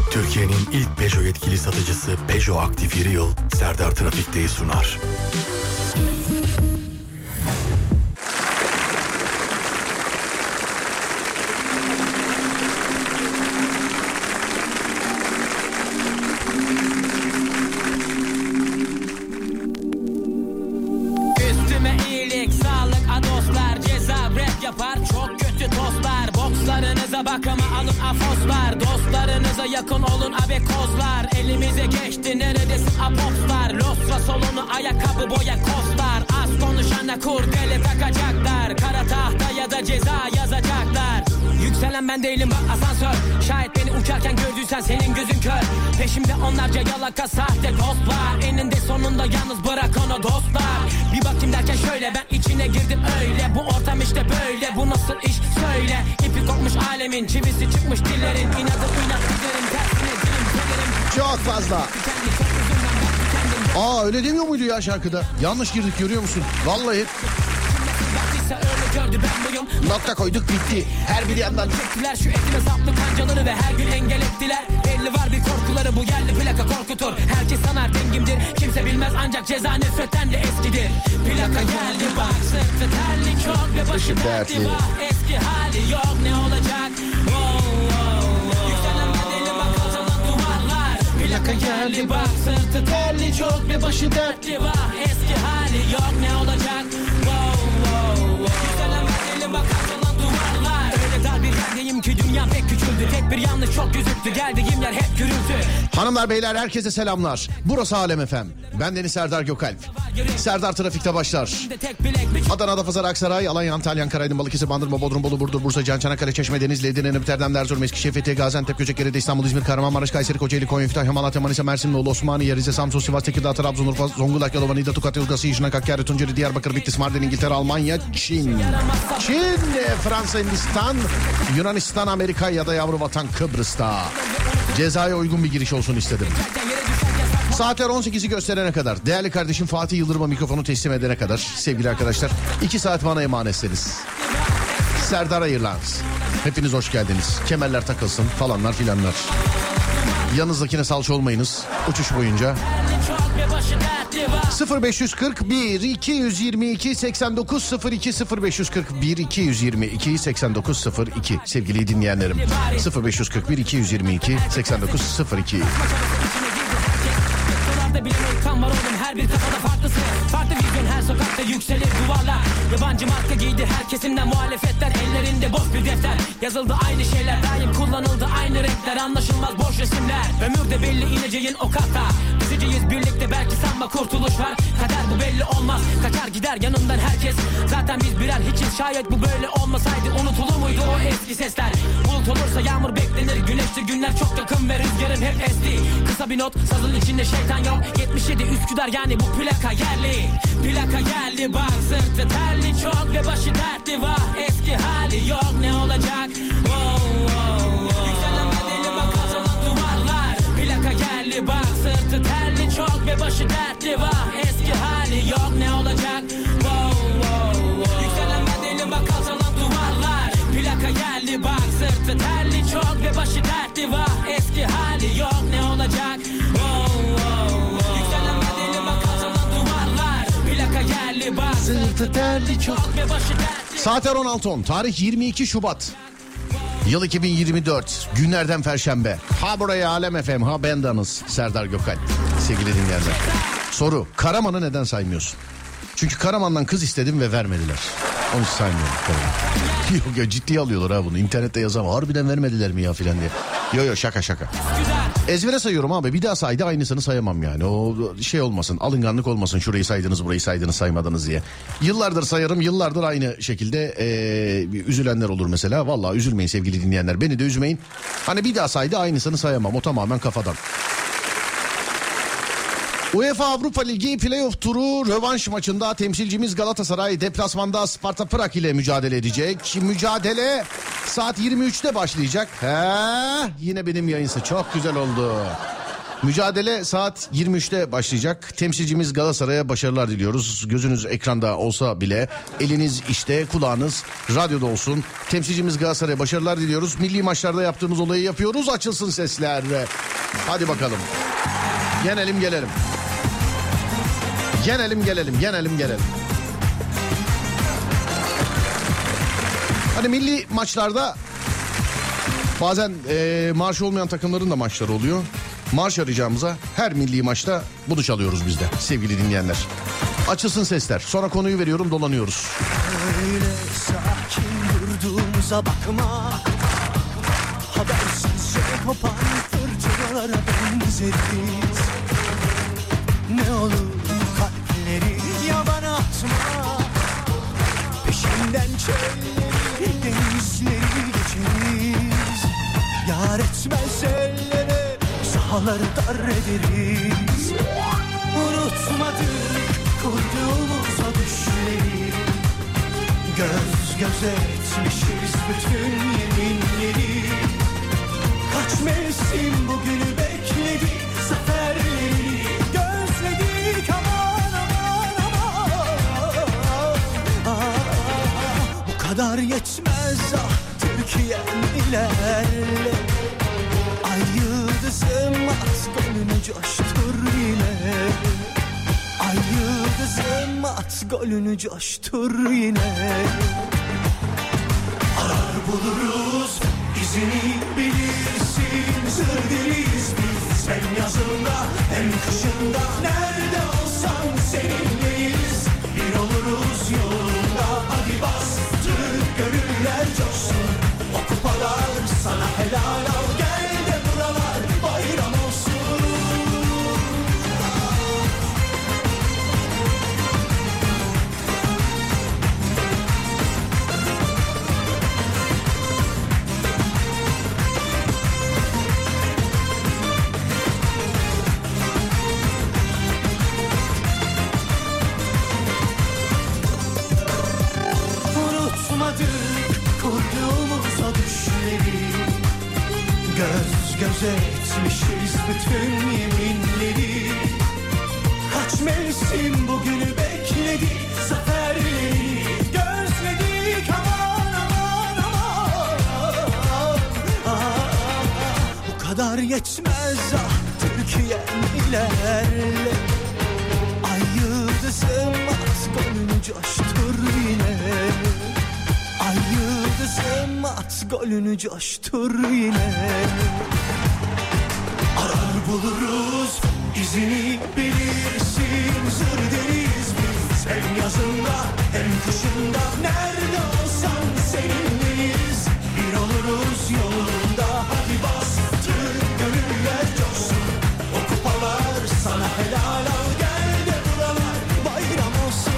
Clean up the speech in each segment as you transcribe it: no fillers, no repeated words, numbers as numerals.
Türkiye'nin ilk Peugeot yetkili satıcısı Peugeot Aktif Yeri Yıl Serdar Trafik'teyi sunar. Üstüme iyilik, sağlık, adoslar, ceza rap yapar, çok kötü tostlar. Bokslarınıza bakıma alın afoslar, dostlarınıza yakın olun abekozlar. Elimize geçti neredesin apopslar, losra solunu ayakkabı boya kostar. Az konuşana kurdele takacaklar, kara tahta ya da ceza yazacaklar. Yükselen ben değilim bak asansör, şayet beni uçarken gördüysen senin gözün kör. Peşimde onlarca yalaka sahte dostlar, eninde sonunda yalnız bırak onu dostlar. Bir bakayım derken şöyle ben içine girdim öyle, bu ortam işte böyle, bu nasıl iş söyle. İpi kopmuş alemin, çivisi çıkmış dillerin, inadım inat giderim, tersine dilim gelirim. Çok fazla. Aa öyle demiyor muydu ya şarkıda? Yanlış girdik görüyor musun? Vallahi. Nokta koyduk bitti. Her bir yandan çektiler şu etime saplı kancaları ve her gün engel ettiler. Belli var bir korkuları, bu yerli plaka korkutur. Herkes sanar dengimdir, kimse bilmez ancak ceza nefretten de eskidir. Plaka geldi bak, sırtı terli çok ve başı dertli var. Eski hali yok, ne olacak? Yükselen bedeli bak, alçalan duvarlar. Plaka geldi bak, sırtı terli çok ve başı dertli var. Eski hali yok, ne olacak? Yükselen bedeli bak, alçalan duvarlar. Öyle dar bir yerdeyim ki dünya pek küçüldü. Tek bir yanlış çok gözüktü, geldiğim yer hep gürültü. Hanımlar beyler herkese selamlar. Burası Alem FM. Ben Deniz Serdar Gökalp. Serdar Trafik'te başlar. Adana, Adapazarı, Aksaray, Alanya, Antalya, Ankara, Aydın, Balıkesir, Bandırma, Bodrum, Bolu, Burdur, Bursa, Can, Çanakkale, Çeşme, Denizli, Edirne, Erdem, Erzurum, Eskişehir, Fethiye, Gaziantep, Göcekere, İstanbul, İzmir, Kahramanmaraş, Kayseri, Kocaeli, Konya, Kütahya, Malatya, Manisa, Mersin, Bolu, Osmaniye, Rize, Samsun, Sivas, Tekirdağ, Trabzon, Urfa, Zonguldak, Yalova, Niğde, Tokat, Yozgat, Şırnak, Hakkari, Tunceli, Diyarbakır, Bitlis, Mardin, İngiltere, Almanya, Çin, Fransa, Hindistan, Yunanistan, Amerika ya da yavru vatan Kıbrıs'ta. Cezaya uygun bir giriş olsun istedim. Saatler 18'i gösterene kadar, değerli kardeşim Fatih Yıldırım'a mikrofonu teslim edene kadar sevgili arkadaşlar 2 saat bana emanetsiniz. Serdar Airlines. Hepiniz hoş geldiniz. Kemerler takılsın falanlar filanlar. Yanınızdakine salça olmayınız uçuş boyunca. 0541 222 8902 0541 222 8902 sevgili dinleyenlerim. 0541 222 8902. Kan var oğlum, her bir kafada farklı ses, farklı vizyon, her sokakta yükselir duvarlar. Yabancı marka giydi her kesimden muhalefetler, ellerinde boş bir defter. Yazıldı aynı şeyler, daim kullanıldı aynı renkler, anlaşılmaz boş resimler. Ömürde belli ineceğin o kata, üzeceğiz birlikte belki sanma kurtuluş var. Kader bu belli olmaz, kaçar gider yanından herkes. Zaten biz birer hiçiz, şayet bu böyle olmasaydı unutulur muydu o eski sesler? Bulut olursa yağmur beklenir, güneşli günler çok yakın ve rüzgarın hep esti. Kısa bir not, sazın içinde şeytan yok. 77 Üsküdar yani bu plaka yerli. Plaka geldi bak, sırtı terli çok ve başı dertli var. Eski hali yok, ne olacak? Yükselen bedeli bak, alçalan duvarlar. Plaka geldi bak, sırtı terli çok ve başı dertli var. Eski hali yok, ne olacak? Yükselen bedeli bak, alçalan duvarlar. Plaka geldi bak, sırtı terli çok ve başı dertli var. Eski hali yok, ne olacak? Saatler 16:10, tarih 22 Şubat, yıl 2024, günlerden Perşembe. Ha buraya Alem FM, ha bendeniz Serdar Gökalp. Sevgili dinleyenler, soru: Karaman'ı neden saymıyorsun? Çünkü Karaman'dan kız istedim ve vermediler. Onu saymıyorum. Yok ya, ciddiye alıyorlar ha bunu. İnternette yazamam. Harbiden vermediler mi ya filan diye. Yok şaka. Ezbere sayıyorum abi. Bir daha saydı aynısını sayamam yani. O şey olmasın, alınganlık olmasın. Şurayı saydınız, burayı saydınız, saymadınız diye. Yıllardır sayarım, yıllardır aynı şekilde üzülenler olur mesela. Vallahi üzülmeyin sevgili dinleyenler. Beni de üzmeyin. Hani bir daha saydı aynısını sayamam. O tamamen kafadan. UEFA Avrupa Ligi playoff turu rövanş maçında temsilcimiz Galatasaray deplasmanda Sparta Prag ile mücadele edecek. Mücadele saat 23'te başlayacak. Yine benim yayınsa çok güzel oldu. Mücadele saat 23'te başlayacak. Temsilcimiz Galatasaray'a başarılar diliyoruz. Gözünüz ekranda olsa bile eliniz işte, kulağınız radyoda olsun. Temsilcimiz Galatasaray'a başarılar diliyoruz. Milli maçlarda yaptığımız olayı yapıyoruz. Açılsın sesler. Hadi bakalım. Yenelim gelelim. Yenelim gelelim. Yenelim gelelim. Hani milli maçlarda bazen marş olmayan takımların da maçları oluyor. Marş arayacağımıza her milli maçta bunu çalıyoruz biz de sevgili dinleyenler. Açılsın sesler. Sonra konuyu veriyorum, dolanıyoruz. Öyle sakin durduğumuza bakma, habersizce kopan fırtınalara benzeriz. Ne olur kalpleri yabana atma, peşinden çölleri denizleri geçeriz. Yar etmez ellere sahaları dar ederiz. Unutmadık kurduğumuz o düşleri, göz göze etmişiz bütün yeminleri. Kaç mevsim bugünü bekledi, zaferleri gözledik aman aman aman. Bu kadar yetmez ah Türkiye'm ilerle. Ay yıldızım at golünü coştur yine. Ay yıldızım at golünü coştur yine. Arar buluruz izini bilirsin, sır deriz biz. Hem yazında hem kışında nerede olsan seninleyiz. Bir oluruz yolunda hadi bastır gönüller coşsun. O kupalar sana helal al, gel de buralar bayram olsun. Unutmadık kurduğumuz o düşleri, göz göze etmişiz bütün yeminleri. Kaç mevsim bugünü bekledi, zaferleri gözledik aman aman aman. Bu kadar yetmez ah Türkiye'm ilerle. Ay yıldızım at golünü coştur yine. Ay yıldızım at golünü coştur yine. Arar buluruz izini bilirsin, sır deriz biz. Hem yazında hem kışında nerede olsan seninleyiz. Bir oluruz yolunda hadi bastır gönüller coşsun. O kupalar sana helal al, gel de buralar bayram olsun.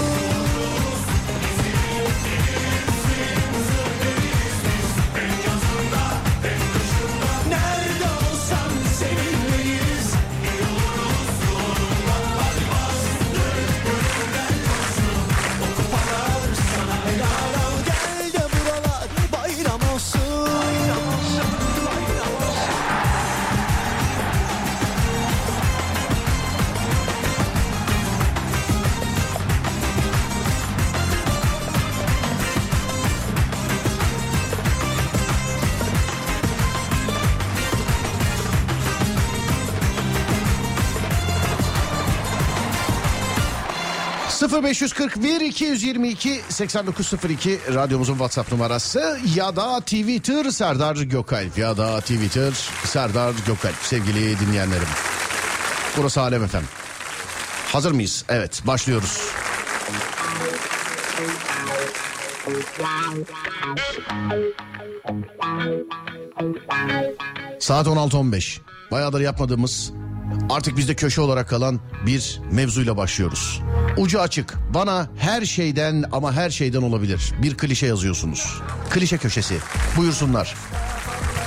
Nerede olsan seninleyiz. Bir oluruz yolunda hadi bastır gönüller coşsun. O kupalar sana helal al, gel de buralar bayram olsun. Bayram olsun, bayram olsun. ...0541 222 8902 radyomuzun WhatsApp numarası ya da Twitter Serdar Gökalp, ya da Twitter Serdar Gökalp sevgili dinleyenlerim. Burası Alem FM. Hazır mıyız? Evet, başlıyoruz. Saat 16.15. Bayağıdır yapmadığımız, artık bizde köşe olarak kalan bir mevzuyla başlıyoruz. Ucu açık. Bana her şeyden ama her şeyden olabilir. Bir klişe yazıyorsunuz. Klişe köşesi. Buyursunlar.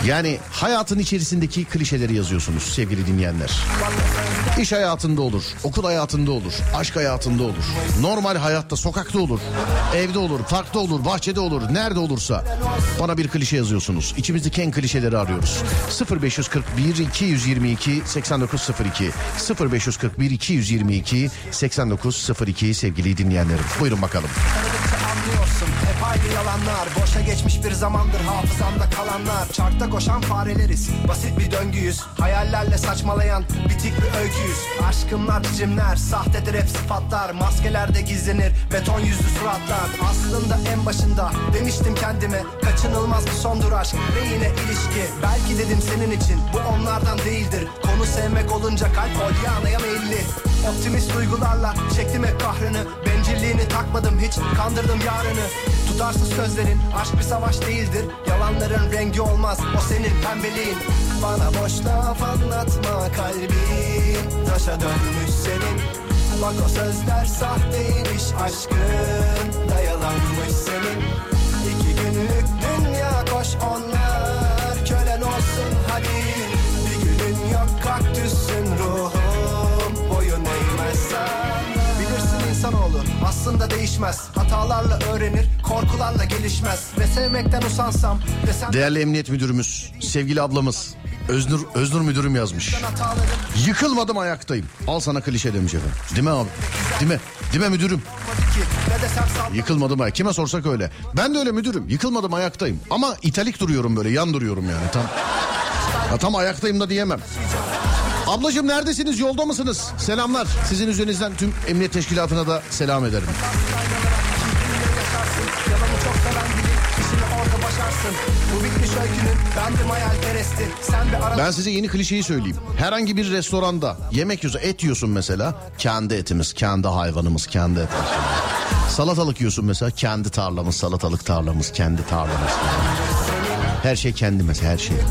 Yani hayatın içerisindeki klişeleri yazıyorsunuz sevgili dinleyenler. İş hayatında olur, okul hayatında olur, aşk hayatında olur, normal hayatta, sokakta olur, evde olur, parkta olur, bahçede olur, nerede olursa bana bir klişe yazıyorsunuz. İçimizdeki en klişeleri arıyoruz. 0541 222 8902 0541 222 8902 sevgili dinleyenlerim. Buyurun bakalım. Anlıyorsun hep aynı yalanlar, boşa geçmiş bir zamandır hafızamda kalanlar. Çarkta koşan fareleriz, basit bir döngüyüz, hayallerle saçmalayan bitik bir öyküyüz. Aşkımlar biçimler, sahtedir hep sıfatlar, maskelerde gizlenir beton yüzlü suratlar. Aslında en başında demiştim kendime, kaçınılmaz bir sondur aşk ve yine ilişki. Belki dedim senin için bu onlardan değildir, konu sevmek olunca kalp Polyana'ya meyilli. Optimist duygularla çektim hep kahrını, bencilliğini takmadım hiç, kandırdım yarını. Tutarsız sözlerin aşk bir savaş değildir, yalanların rengi olmaz o senin pembeliğin. Bana boş laf anlatma, kalbin taşa dönmüş senin. Bak o sözler sahteymiş, aşkın da yalanmış senin. 2 günlük dünya, koş onlar kölen olsun hadi. Bir günün yok, kaktüsün ruhum, boyun eğmez sana. Bilirsin insanoğlu aslında değişmez, hatalarla öğrenir, korkularla gelişmez. Ve sevmekten usansam desem... Değerli emniyet müdürümüz, sevgili ablamız Öznur müdürüm yazmış. Yıkılmadım, ayaktayım. Al sana klişe demiş efendim. Değil mi abi? Değil mi müdürüm? Yıkılmadım ayaktayım. Kime sorsak öyle. Ben de öyle müdürüm. Yıkılmadım, ayaktayım. Ama italik duruyorum, böyle yan duruyorum yani. Tam ayaktayım da diyemem. Ablacığım neredesiniz? Yolda mısınız? Selamlar. Sizin üzerinizden tüm emniyet teşkilatına da selam ederim. Ben size yeni klişeyi söyleyeyim. Herhangi bir restoranda yemek yiyorsun, et yiyorsun mesela. Kendi etimiz, kendi hayvanımız, kendi etimiz. Salatalık yiyorsun mesela. Kendi tarlamız, salatalık tarlamız, kendi tarlamız. Her şey kendi mesela, her şey.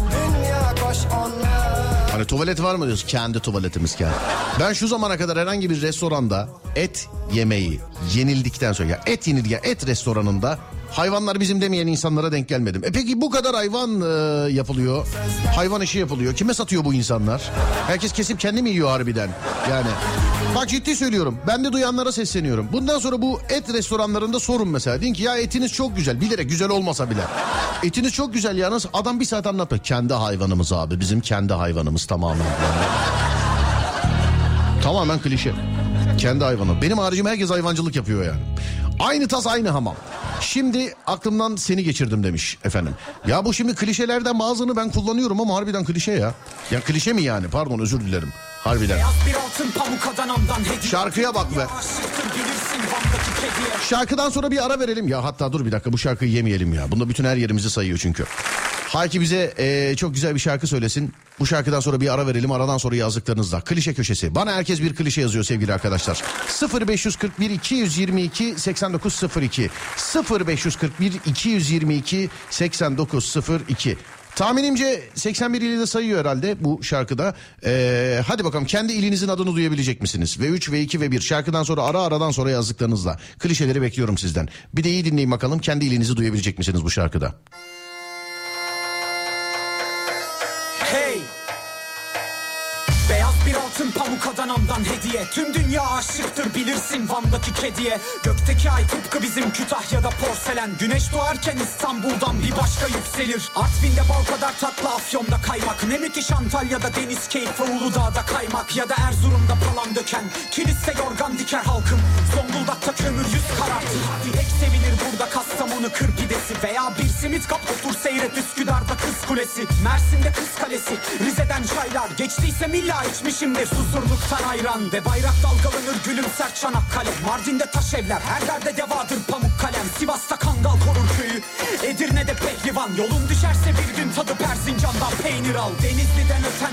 Hani tuvalet var mı diyorsun? Kendi tuvaletimiz kendi. Ben şu zamana kadar herhangi bir restoranda et yemeği yenildikten sonra, ya et yenildi, et restoranında hayvanlar bizim demeyen insanlara denk gelmedim. Peki bu kadar hayvan yapılıyor. Hayvan işi yapılıyor. Kime satıyor bu insanlar? Herkes kesip kendi mi yiyor harbiden? Yani bak ciddi söylüyorum. Ben de duyanlara sesleniyorum. Bundan sonra bu et restoranlarında sorun mesela. Deyin ki ya etiniz çok güzel. Bilerek güzel olmasa bile. Etiniz çok güzel yalnız. Adam bir saat anlatıyor. Kendi hayvanımız abi. Bizim kendi hayvanımız tamamen. Tamamen klişe. Kendi hayvanı. Benim haricim herkes hayvancılık yapıyor yani. Aynı tas aynı hamam. Şimdi aklımdan seni geçirdim demiş efendim. Ya bu şimdi klişelerden bazılarını ben kullanıyorum ama harbiden klişe ya. Ya klişe mi yani? Pardon, özür dilerim. Harbiden. Şarkıya bak be. Şarkıdan sonra bir ara verelim. Ya hatta dur bir dakika, bu şarkıyı yemeyelim ya. Bunda bütün her yerimizi sayıyor çünkü. Hayki bize çok güzel bir şarkı söylesin. Bu şarkıdan sonra bir ara verelim. Aradan sonra yazdıklarınızda. Klişe köşesi. Bana herkes bir klişe yazıyor sevgili arkadaşlar. 0541 222 8902 0541 222 8902. Tahminimce 81 ili de sayıyor herhalde bu şarkıda. Hadi bakalım, kendi ilinizin adını duyabilecek misiniz? V3, V2 ve 1 şarkıdan sonra aradan sonra yazdıklarınızla. Klişeleri bekliyorum sizden. Bir de iyi dinleyin bakalım, kendi ilinizi duyabilecek misiniz bu şarkıda? Pamuk Adana'mdan hediye. Tüm dünya aşıktır bilirsin Van'daki kediye. Gökteki ay tıpkı bizim Kütahya'da porselen. Güneş doğarken İstanbul'dan bir başka yükselir. Artvin'de bal kadar tatlı, Afyon'da kaymak. Ne müthiş Antalya'da deniz keyfi, Uludağ'da kaymak. Ya da Erzurum'da palam döken kilise yorgan diker halkım. Zonguldak'ta kömür yüz karartır. Dilek sevilir burada Kastamonu kır pidesi. Veya bir simit kap otur seyret Üsküdar'da Kız Kulesi. Mersin'de Kız Kalesi, Rize'den çaylar. Geçtiyse milla içmişimdir susurluktan ayran. Ve bayrak dalgalanır gülümser Çanakkale. Mardin'de taş evler, her derde devadır pamuk kalem. Sivas'ta Kangal korur köyü, Edirne'de pehlivan. Yolun düşerse bir gün tadı Erzincan'dan peynir al. Denizli'den öten horoz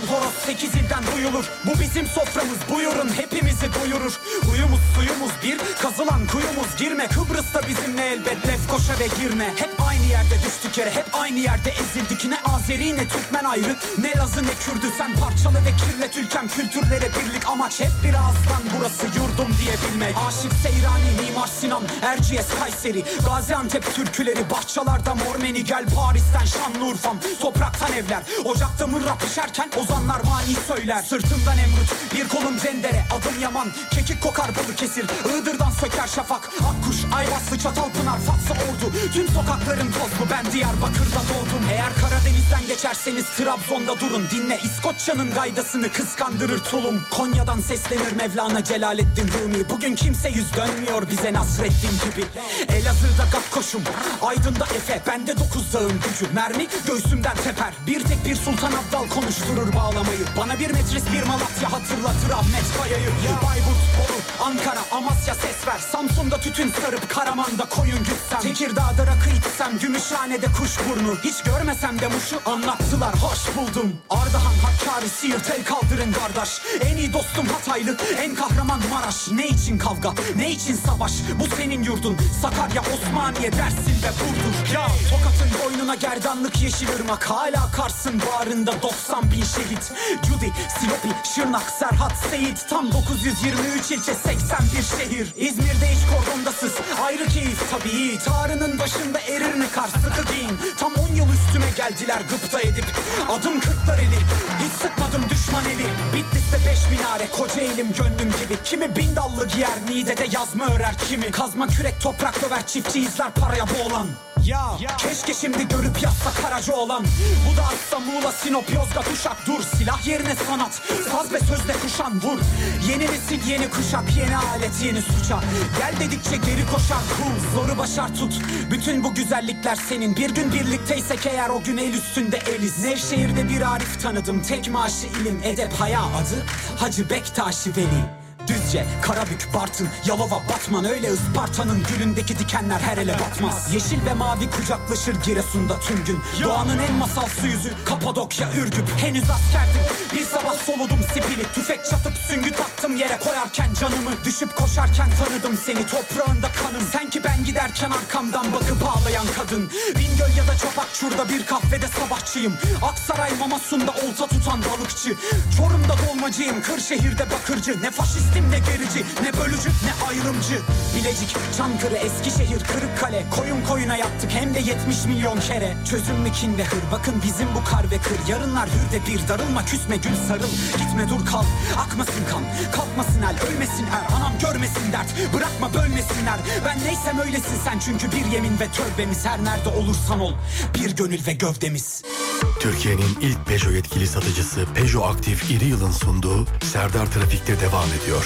8 ilden duyulur. Bu bizim soframız, buyurun hepimizi doyurur. Huyumuz suyumuz bir, kazılan kuyumuz. Girme Kıbrıs'ta bizimle elbet, Lefkoşa ve Girne. Hep aynı yerde düştük yere, hep aynı yerde ezildik. Ne Azeri ne Türkmen ayrı, ne Lazı ne Kürdü. Sen parçalı ve kirlet ülkem, kültürlere birlik. Amaç hep bir ağızdan burası yurdum diyebilmek. Aşık Seyrani, Mimar Sinan, Erciyes Kayseri, Gaziantep türküleri, bahçelerde Mormeni. Gel Paris'ten Şanlıurfa'm, topraktan evler. Ocakta mırra pişerken ozanlar mani söyler. Sırtımdan Emrut, bir kolum Cendere, adım Yaman. Kekik kokar Balıkesir, Iğdır'dan söker şafak. Akkuş, Ayvaslı, Çatalpınar, Fatsa Ordu. Tüm sokakların tozlu, ben Diyarbakır'da doğdum. Eğer Karadeniz'den geçerseniz Trabzon'da durun. Dinle İskoçya'nın gaydasını, kıskandırır tulum. Konya'dan seslenir Mevlana Celaleddin Rumi. Bugün kimse yüz dönmüyor bize Nasreddin gibi. Elazığ'da Gakkoş'um, Aydın'da Efe. Bende 9 dağın gücü, mermi göğsümden teper. Bir tek bir Sultan Abdal konuşturur bağlamayı. Bana bir Metris bir Malatya hatırlatır Ahmet Kaya'yı. Bayburt, Bolu, Ankara, Amasya ses ver. Samsun'da tütün sarıp Karaman'da koyun gütsem. Tekirdağ'da rakı içsem, Gümüşhane'de kuşburnu. Hiç görmesem de Muş'u anlattılar, hoş buldum. Ardahan, Hakkari, Siirt, el kaldırın kardeş. En iyi dostum Hataylı, en kahraman Maraş. Ne için kavga, ne için savaş? Bu senin yurdun. Sakarya, Osmaniye, Dersim ve Burdur. Ya Tokat'ın boynuna gerdanlık Yeşilırmak. Hala Kars'ın bağrında 90.000 şehit. Cudi, Silopi, Şırnak, Serhat, Seyit. Tam 923 ilçe, 81 şehir. İzmir'de hiç kordondasız, ayrı keyif tabii. Tarının başında erir mi kar, sıkı giyin. Tam 10 yıl üstüme geldiler gıpta edip. Adım Kırklareli, hiç sıkmadım düşman eli. Bitlis'te 5 minare, Kocaeli'm gönlüm gibi. Kimi bin dallı giyer, Niğde'de yazma örer kimi. Kazma kürek toprak döver, çiftçi izler paraya boğulan. Ya keşke şimdi görüp yazsa Karaca olan. Bu da Asla, Muğla, Sinop, Yozgat, Uşak. Dur, silah yerine sanat, saz ve sözle kuşan vur. Yeni nesil, yeni kuşak, yeni alet, yeni suça. Gel dedikçe geri koşar kul, zoru başar tut. Bütün bu güzellikler senin. Bir gün birlikteysek eğer, o gün el üstünde eliz. Nevşehir'de bir Arif tanıdım, tek maaşı ilim, edep, haya, adı Hacı Bektaşi Veli. Düzce, Karabük, Bartın, Yalova, Batman. Öyle Isparta'nın gülündeki dikenler her ele batmaz. Yeşil ve mavi kucaklaşır Giresun'da tüm gün. Doğanın en masalsı yüzü Kapadokya, Ürgüp. Henüz askerdim, bir sabah soludum sipili. Tüfek çatıp süngü taktım yere koyarken canımı. Düşüp koşarken tanıdım seni, toprağında kanım. Sen ki ben giderken arkamdan bakıp ağlayan kadın. Bingöl ya da Çapakçur'da bir kahvede sabahçıyım. Aksaray, Mamasun'da olta tutan balıkçı. Çorum'da dolmacıyım, Kırşehir'de bakırcı. Ne faşist ne gerici, ne bölücü, ne ayrımcı. Bilecik, Çankırı, Eskişehir, Kırıkkale. Koyun koyuna yattık hem de 70 milyon kere. Çözüm mü kin ve hır, bakın bizim bu kar ve kır. Yarınlar hürde bir, darılma küsme gül sarıl. Gitme dur kal, akmasın kan, kalkmasın el, ölmesin er. Anam görmesin dert, bırakma bölmesinler. Ben neysem öylesin sen, çünkü bir yemin ve tövbemiz. Her nerede olursan ol, bir gönül ve gövdemiz. Türkiye'nin ilk Peugeot yetkili satıcısı Peugeot Aktif İri Yıl'ın sunduğu Serdar Trafik'te devam ediyor.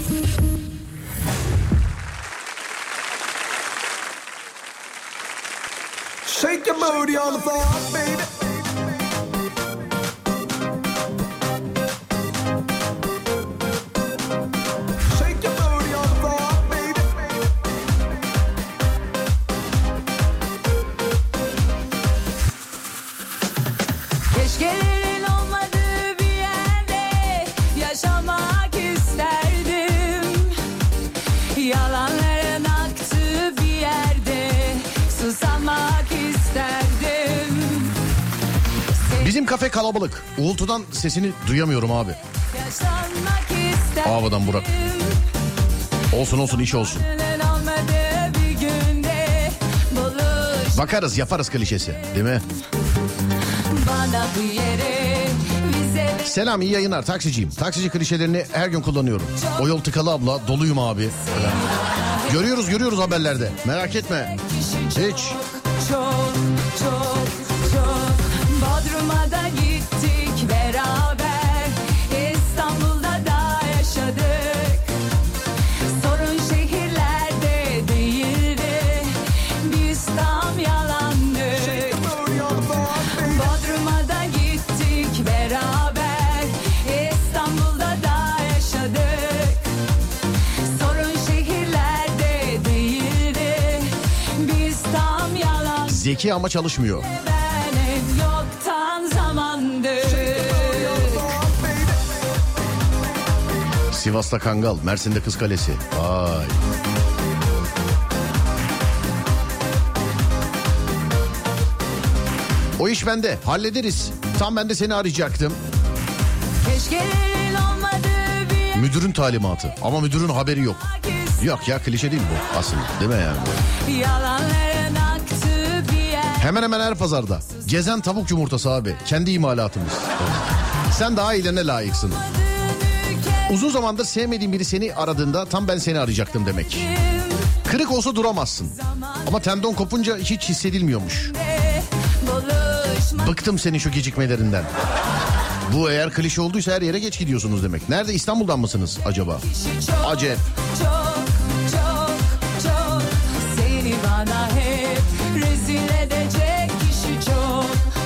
Shake your booty on the floor, baby. Shake your booty on the floor, baby. Keşkelerin olmadığı bir yerde yaşamak isterdim. Yalanların aktığı bir yerde susamak isterdim. Bizim kafe kalabalık. Uğultudan sesini duyamıyorum abi. Yaşlanmak isterdim. Avadan Burak. Olsun iş olsun. Olmadığı bir günde buluş. Bakarız yaparız klişesi değil mi? Bana bu yere bize Selam, iyi yayınlar, taksiciyim. Taksici klişelerini her gün kullanıyorum. O yol tıkalı abla, doluyum abi. Görüyoruz haberlerde. Merak etme. Hiç. Çok Bodrum'a da gittik beraber, İstanbul'da da yaşadık. Sorun şehirlerde değildi, biz tam yalandık. Bodrum'a da gittik beraber, İstanbul'da da yaşadık. Sorun şehirlerde değildi, biz tam yalandık. Zeki ama çalışmıyor. Ben hep yoktan zamandır. Sivas'ta Kangal, Mersin'de Kız Kalesi. Vay. O iş bende, hallederiz. Tam ben de seni arayacaktım. Müdürün talimatı ama müdürün haberi yok. Yok ya, klişe değil bu aslında, değil mi yani? Hemen hemen her pazarda gezen tavuk yumurtası abi, kendi imalatımız. Sen daha iyilerine layıksın. Uzun zamandır sevmediğin biri seni aradığında tam ben seni arayacaktım demek. Kırık olsa duramazsın ama tendon kopunca hiç hissedilmiyormuş. Bıktım senin şu gecikmelerinden. Bu eğer klişe olduysa her yere geç gidiyorsunuz demek. Nerede, İstanbul'dan mısınız acaba? Acep. Seni bana hep rezil edecek kişi çok.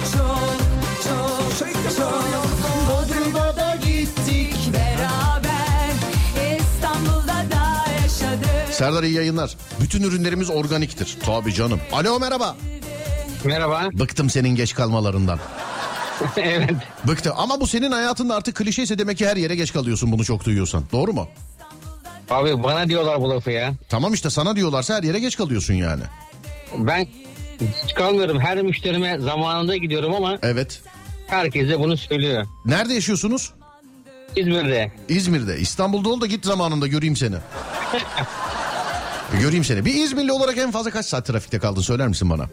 Bodrum'a da gittik beraber, İstanbul'da da yaşadık. Serdar iyi yayınlar. Bütün ürünlerimiz organiktir. Tabii canım. Alo, merhaba. Merhaba. Bıktım senin geç kalmalarından. Evet. Bıktım ama bu senin hayatında artık klişeyse demek ki her yere geç kalıyorsun, bunu çok duyuyorsan. Doğru mu? Abi bana diyorlar bu lafı ya. Tamam işte, sana diyorlarsa her yere geç kalıyorsun yani. Ben hiç kalmıyorum. Her müşterime zamanında gidiyorum ama Evet. herkes de bunu söylüyor. Nerede yaşıyorsunuz? İzmir'de. İzmir'de. İstanbul'da ol da git zamanında, göreyim seni. Göreyim seni. Bir İzmirli olarak en fazla kaç saat trafikte kaldın, söyler misin bana?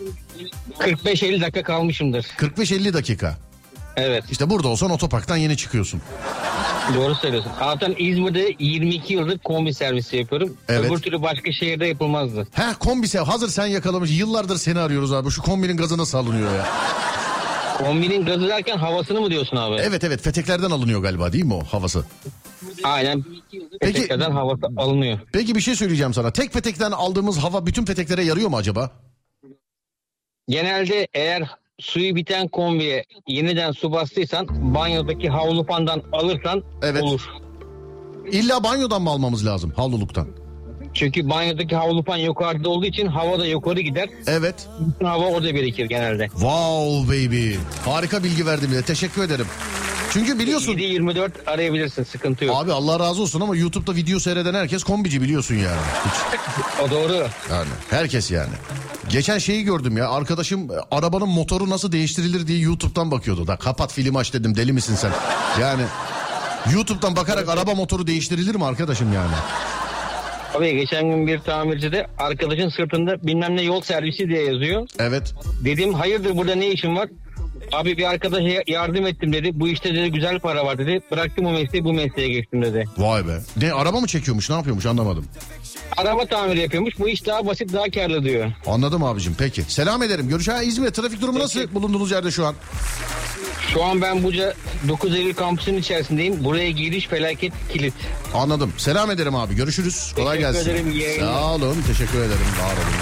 45-50 dakika kalmışımdır. 45-50 dakika. Evet. İşte burada olsan otoparktan yeni çıkıyorsun. Doğru söylüyorsun. Zaten İzmir'de 22 yıldır kombi servisi yapıyorum. Evet. Öbür türlü başka şehirde yapılmazdı. Kombi hazır sen yakalamış. Yıllardır seni arıyoruz abi. Şu kombinin gazı nasıl alınıyor ya? Kombinin gazı derken havasını mı diyorsun abi? Evet, peteklerden alınıyor galiba, değil mi o havası? Aynen. Peteklerden havası alınıyor. Peki bir şey söyleyeceğim sana. Tek petekten aldığımız hava bütün peteklere yarıyor mu acaba? Genelde eğer suyu biten kombiye yeniden su bastıysan, banyodaki havlu fandan alırsan Evet. olur. İlla banyodan mı almamız lazım, havluluktan? Çünkü banyodaki havlu fan yukarıda olduğu için hava da yukarı gider. Evet. Bütün hava orada birikir genelde. Wow baby. Harika bilgi verdin bile. Teşekkür ederim. Çünkü biliyorsun. 7/24 arayabilirsin, sıkıntı yok. Abi Allah razı olsun ama YouTube'da video seyreden herkes kombici, biliyorsun yani. Hiç. O doğru. Yani herkes yani. Geçen şeyi gördüm ya, arkadaşım arabanın motoru nasıl değiştirilir diye YouTube'dan bakıyordu. Da kapat film aç dedim, deli misin sen? Yani YouTube'dan bakarak araba motoru değiştirilir mi arkadaşım yani? Abi geçen gün bir tamircide arkadaşın sırtında bilmem ne yol servisi diye yazıyor. Evet. Dedim hayırdır, burada ne işin var? Abi bir arkadaşa yardım ettim dedi. Bu işte dedi güzel para var dedi. Bıraktım o mesleği, bu mesleğe geçtim dedi. Vay be. Ne, araba mı çekiyormuş, ne yapıyormuş, anlamadım. Araba tamiri yapıyormuş. Bu iş daha basit, daha karlı diyor. Anladım abicim, peki. Selam ederim. Görüşürüz. İzmir trafik durumu nasıl bulunduğunuz yerde şu an? Şu an ben Buca 9 Eylül kampüsünün içerisindeyim. Buraya giriş felaket kilit. Anladım. Selam ederim abi. Görüşürüz. Kolay Teşekkür gelsin. ederim, iyi yayınlar. Sağ olun. Teşekkür ederim. Var olun.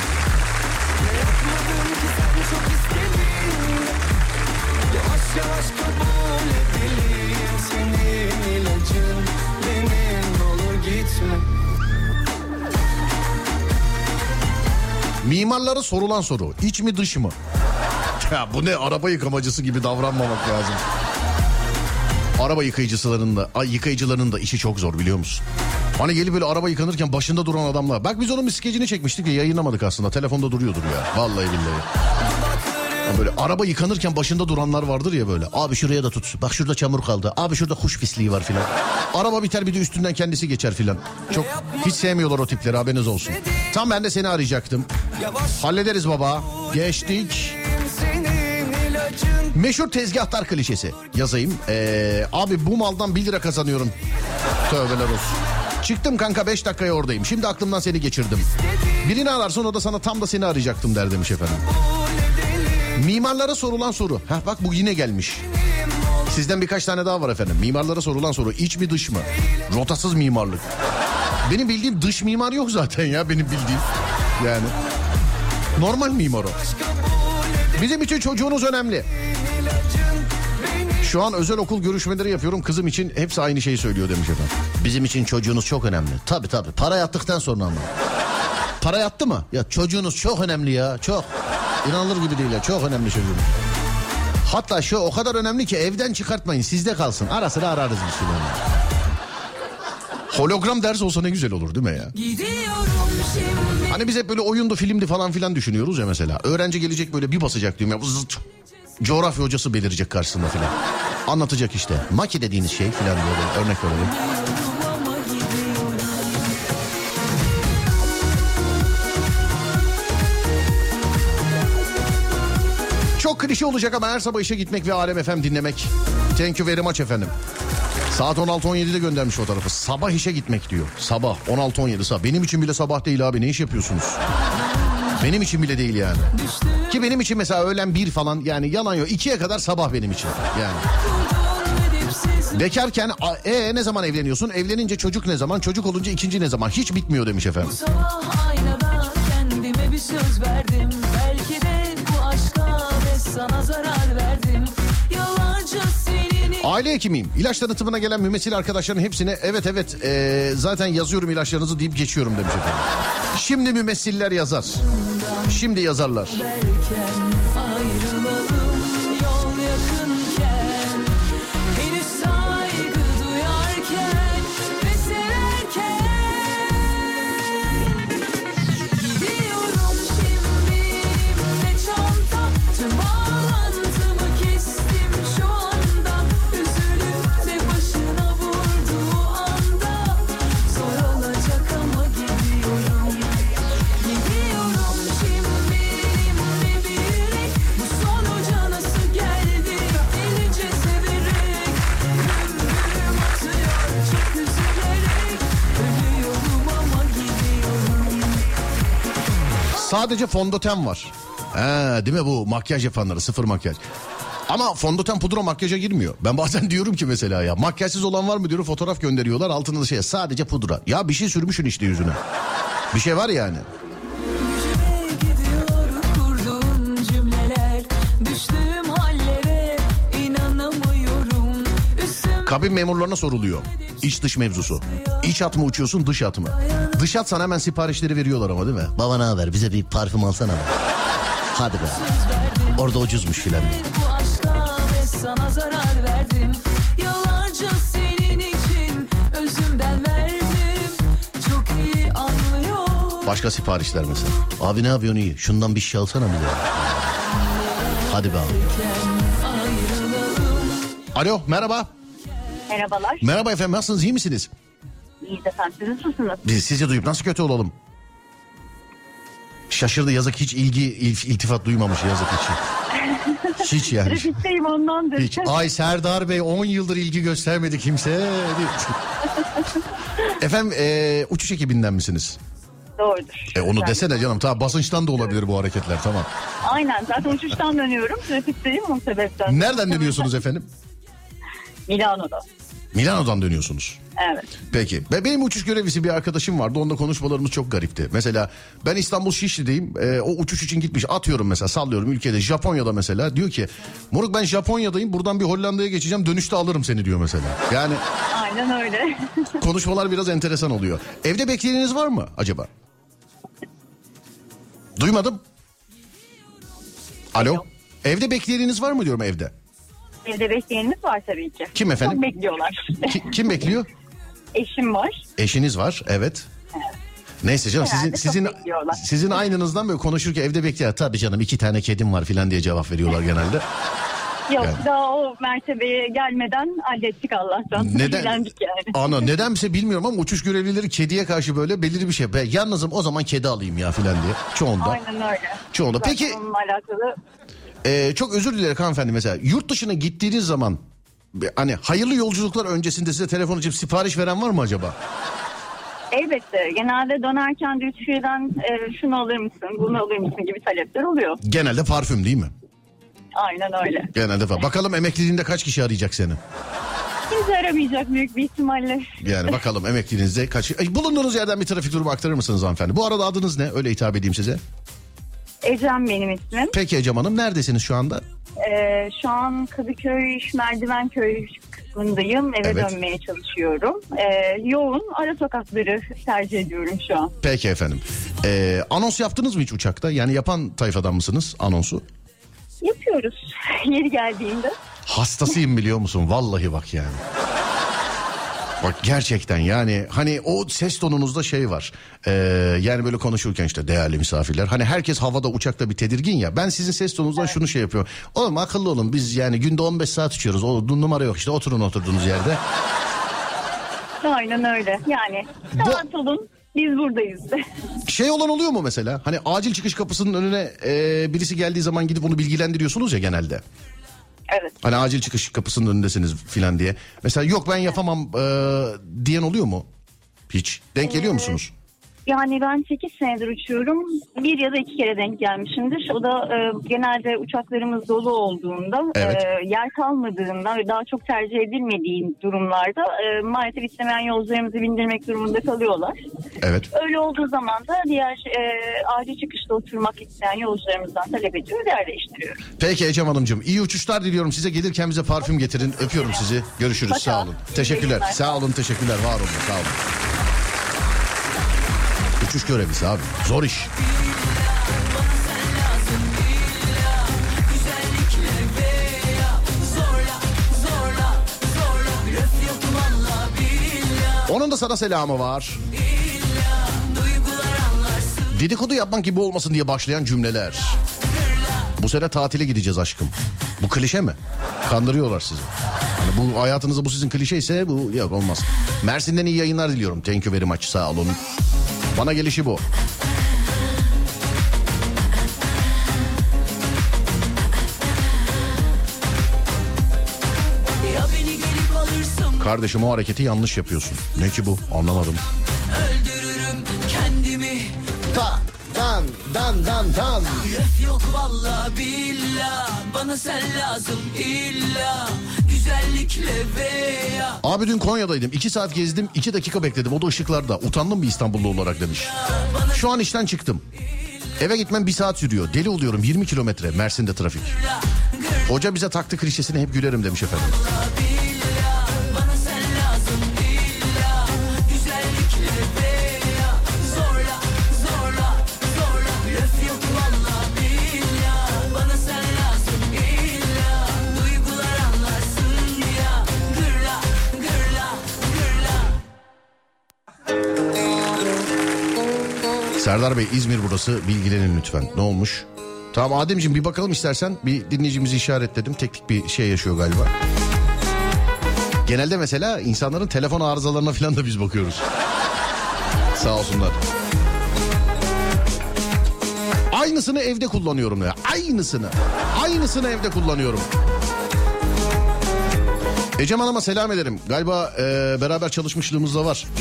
Yavaş kabul edelim, senin ilacın benim, olur gitme. Mimarlara sorulan soru. İç mi dış mı? Ya bu ne, araba yıkamacısı gibi davranmamak lazım. Araba yıkayıcılarının da işi çok zor, biliyor musun? Hani gelip böyle araba yıkanırken başında duran adamlar. Bak biz onun bir skecini çekmiştik ya, yayınlamadık aslında. Telefonda duruyordur ya. Vallahi billahi. Yani böyle araba yıkanırken başında duranlar vardır ya böyle. Abi şuraya da tut. Bak şurada çamur kaldı. Abi şurada kuş pisliği var filan. Araba biter bir de üstünden kendisi geçer filan. Çok hiç sevmiyorlar o tipleri, haberiniz olsun. Tam ben de seni arayacaktım. Hallederiz baba. Geçtik. Meşhur tezgahtar klişesi yazayım. Abi bu maldan 1 lira kazanıyorum. Tövbeler olsun. Çıktım kanka 5 dakikaya oradayım. Şimdi aklımdan seni geçirdim. Birini ararsın, o da sana tam da seni arayacaktım der demiş efendim. Mimarlara sorulan soru. Bak bu yine gelmiş. Sizden birkaç tane daha var efendim. Mimarlara sorulan soru. İç mi dış mı? Rotasız mimarlık. Benim bildiğim dış mimar yok zaten ya, benim bildiğim. Yani normal mimar o. Bizim için çocuğunuz önemli. Şu an özel okul görüşmeleri yapıyorum. Kızım için hepsi aynı şeyi söylüyor demiş efendim. Bizim için çocuğunuz çok önemli. Tabii. Para yattıktan sonra ama. Para yattı mı? Ya çocuğunuz çok önemli ya. Çok. İnanılır gibi değil ya. Çok önemli çocuğunuz. Hatta o kadar önemli ki evden çıkartmayın. Sizde kalsın. Ara sıra ararız biz şimdi. Hologram ders olsa ne güzel olur değil mi ya? Hani biz hep böyle oyundu, filmdi falan filan düşünüyoruz ya mesela. Öğrenci gelecek böyle bir basacak diyorum ya. Zıt, coğrafya hocası belirecek karşısında filan. Anlatacak işte. Maki dediğiniz şey filan diyor. Örnek verelim. Çok klişe olacak ama her sabah işe gitmek ve Alem FM dinlemek. Thank you very much efendim. Saat 16.17'de göndermiş fotoğrafı. Sabah işe gitmek diyor. Sabah 16.17 sabah. Benim için bile sabah değil abi, ne iş yapıyorsunuz? Benim için bile değil yani. Ki benim için mesela öğlen 1 falan, yani yalan yok. 2'ye kadar sabah benim için yani. Bekarken ne zaman evleniyorsun? Evlenince çocuk ne zaman? Çocuk olunca ikinci ne zaman? Hiç bitmiyor demiş efendim. Bu sabah aynada kendime bir söz verdim. Belki de bu aşka ve sana zarar verdim. Yalancı senin. Aile hekimiyim. İlaç tanıtımına gelen mümessil arkadaşların hepsine evet zaten yazıyorum ilaçlarınızı deyip geçiyorum demiş efendim. Şimdi mümessiller yazar. Şimdi yazarlar. Sadece fondöten var. Değil mi bu makyaj yapanları, sıfır makyaj. Ama fondöten pudra makyaja girmiyor. Ben bazen diyorum ki mesela ya makyajsız olan var mı diyorum, fotoğraf gönderiyorlar altında da sadece pudra. Ya bir şey sürmüşsün işte yüzüne. Bir şey var yani. Kabin memurlarına soruluyor. İç dış mevzusu. İç hat mı uçuyorsun, dış hat mı? Dış hat sana hemen siparişleri veriyorlar ama değil mi? Baba ne haber, bize bir parfüm alsana be. Hadi be. Orada ucuzmuş filan. Başka siparişler mesela. Abi ne yapıyorsun, iyi? Şundan bir şey alsana bize. Hadi be abi. Alo, merhaba. Merhabalar. Merhaba efendim, nasılsınız, iyi misiniz? İyiyiz efendim, siz nasılsınız? Biz sizi duyup nasıl kötü olalım? Şaşırdı yazık, hiç iltifat duymamış yazık hiç. Hiç yani. Trafikteyim ondandır. Hiç. Ay Serdar Bey 10 yıldır ilgi göstermedi kimse. Efendim uçuş ekibinden misiniz? Doğrudur. Onu desene canım, tamam, basınçtan da olabilir bu hareketler, tamam. Aynen, zaten uçuştan dönüyorum, trafikteyim o sebepten. Nereden dönüyorsunuz efendim? Milano'dan dönüyorsunuz. Evet. Peki. Benim uçuş görevlisi bir arkadaşım vardı. Onunla konuşmalarımız çok garipti. Mesela ben İstanbul Şişli'deyim. O uçuş için gitmiş. Atıyorum mesela, sallıyorum ülkede. Japonya'da mesela. Diyor ki moruk ben Japonya'dayım. Buradan bir Hollanda'ya geçeceğim. Dönüşte alırım seni diyor mesela. Yani. Aynen öyle. Konuşmalar biraz enteresan oluyor. Evde bekleyeniniz var mı acaba? Duymadım. Alo. Evde bekleyeniniz var mı diyorum, evde? Evde bekleyenimiz var tabii ki. Kim efendim? Çok bekliyorlar. Kim bekliyor? Eşim var. Eşiniz var, evet. Neyse canım, sizin aynınızdan böyle konuşurken evde bekliyor. Tabii canım 2 tane kedim var filan diye cevap veriyorlar genelde. Yok yani. Daha o mertebeye gelmeden hallettik Allah'tan. Neden? Yani. Ana nedense bilmiyorum ama uçuş görevlileri kediye karşı böyle belirli bir şey. Ben yalnızım, o zaman kedi alayım ya filan diye. Çoğunda. Aynen öyle. Çoğunda. Zaten peki. Onunla alakalı. Çok özür dilerim hanımefendi, mesela yurt dışına gittiğiniz zaman hani hayırlı yolculuklar öncesinde size telefon açıp sipariş veren var mı acaba? Elbette. Genelde dönerken Lütfiye'den şunu alır mısın, bunu alır mısın gibi talepler oluyor. Genelde parfüm değil mi? Aynen öyle. Genelde parfüm. Bakalım emekliliğinde kaç kişi arayacak seni? Kimse aramayacak büyük bir ihtimalle. Yani bakalım emekliliğinizde kaç... Bulunduğunuz yerden bir trafik durumu aktarır mısınız hanımefendi? Bu arada adınız ne? Öyle hitap edeyim size. Ecem benim ismim. Peki Ecem Hanım, neredesiniz şu anda? Şu an Kadıköy, Merdivenköy kısmındayım. Eve dönmeye çalışıyorum. Yoğun ara sokakları tercih ediyorum şu an. Peki efendim. Anons yaptınız mı hiç uçakta? Yani yapan tayfadan mısınız anonsu? Yapıyoruz yeri geldiğinde. Hastasıyım biliyor musun? Vallahi bak yani. Bak gerçekten yani hani o ses tonunuzda şey var. Yani böyle konuşurken işte değerli misafirler. Hani herkes havada uçakta bir tedirgin ya. Ben sizin ses tonunuzdan şunu şey yapıyorum. Oğlum akıllı olun, biz yani günde 15 saat uçuyoruz. O numara yok işte, oturun oturduğunuz yerde. Aynen öyle yani. Rahat olun, biz buradayız. Şey olan oluyor mu mesela? Hani acil çıkış kapısının önüne birisi geldiği zaman gidip onu bilgilendiriyorsunuz ya genelde. Evet. Hani acil çıkış kapısının önündesiniz filan diye. Mesela yok ben yapamam diyen oluyor mu? Hiç. Denk geliyor musunuz? Yani ben 8 senedir uçuyorum. 1 ya da 2 kere denk gelmişimdir. O da genelde uçaklarımız dolu olduğunda, evet. Yer kalmadığında ve daha çok tercih edilmediği durumlarda maalesef istemeyen yolcularımızı bindirmek durumunda kalıyorlar. Evet. Öyle olduğu zaman da diğer acil çıkışta oturmak isteyen yolcularımızdan talep ediyoruz, yer değiştiriyoruz. Peki Ecem Hanımcığım, iyi uçuşlar diliyorum size. Gelirken bize parfüm getirin. Öpüyorum sizi. Görüşürüz. Paka. Sağ olun. Teşekkürler. Sağ olun, teşekkürler. Var olun. Sağ olun. Uçuş görevlisi abi. Zor iş. Onun da sana selamı var. Dedikodu yapmak gibi olmasın diye başlayan cümleler. Bu sene tatile gideceğiz aşkım. Bu klişe mi? Kandırıyorlar sizi. Yani bu hayatınızda bu sizin klişe ise bu yok, olmaz. Mersin'den iyi yayınlar diliyorum. Thank you very much. Sağ olun. Bana gelişi bu. Kardeşim o hareketi yanlış yapıyorsun. Ne ki bu? Anlamadım. Öldürürüm kendimi. Dan. Yok vallahi billah, bana sen lazım illa. Güzellikle veya. Abi dün Konya'daydım. 2 saat gezdim. 2 dakika bekledim. O da ışıklarda. Utandım bir İstanbullu olarak demiş. Şu an işten çıktım. Eve gitmem 1 saat sürüyor. Deli oluyorum. 20 kilometre. Mersin'de trafik. Hoca bize taktı klişesine, hep gülerim demiş efendim. Serdar Bey, İzmir burası, bilgilenin lütfen. Ne olmuş? Tamam Ademciğim, bir bakalım istersen. Bir dinleyicimizi işaretledim. Teknik bir şey yaşıyor galiba. Genelde mesela insanların telefon arızalarına falan da biz bakıyoruz. Sağ olsunlar. Aynısını evde kullanıyorum ya. Aynısını evde kullanıyorum. Ecem Hanım'a selam ederim. Galiba beraber çalışmışlığımız da var.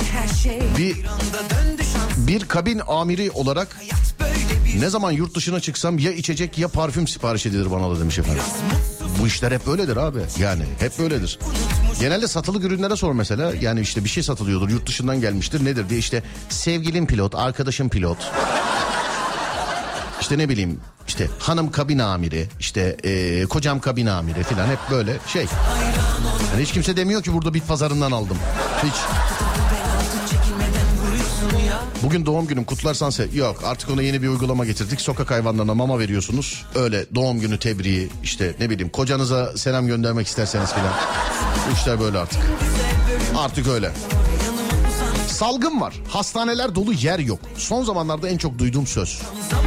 Bir kabin amiri olarak ne zaman yurt dışına çıksam ya içecek ya parfüm sipariş edilir bana da demiş efendim. Bu işler hep böyledir abi. Yani hep böyledir. Genelde satılık ürünlere sor mesela. Yani işte bir şey satılıyordur, yurt dışından gelmiştir. Nedir diye, işte sevgilim pilot, arkadaşım pilot. İşte ne bileyim, işte hanım kabin amiri, işte kocam kabin amiri falan, hep böyle şey. Yani hiç kimse demiyor ki burada bit pazarından aldım. Hiç. Bugün doğum günüm, kutlarsan yok, artık ona yeni bir uygulama getirdik. Sokak hayvanlarına mama veriyorsunuz. Öyle doğum günü tebriği, işte ne bileyim kocanıza selam göndermek isterseniz filan. Bu işler böyle artık. Artık öyle. Salgın var. Hastaneler dolu, yer yok. Son zamanlarda en çok duyduğum söz.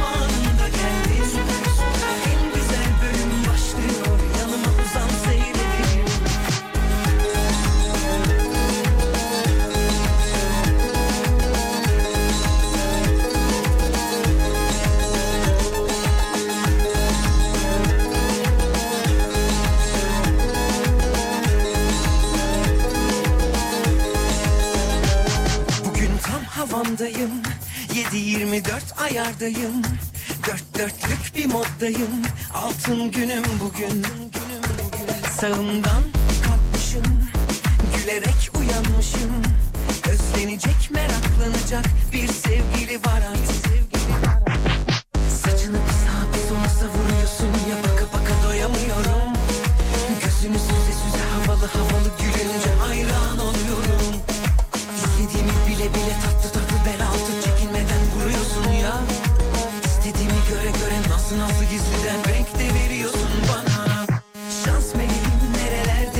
Havamdayım, 7-24 ayardayım, dört dörtlük bir moddayım, altın günüm bugün. Sağımdan kalkmışım, gülerek uyanmışım, özlenecek, meraklanacak bir sevgili var artık. Saçını sağa bir sola savuruyorsun ya, baka baka doyamıyorum. Gözünü süze süze havalı gülünce hayran oluyorum. İstediğimi bile tatlı bel altı çekinmeden vuruyorsun ya. İstediğimi göre nasıl gizliden renk de veriyorsun bana. Şans meleğim nerelerde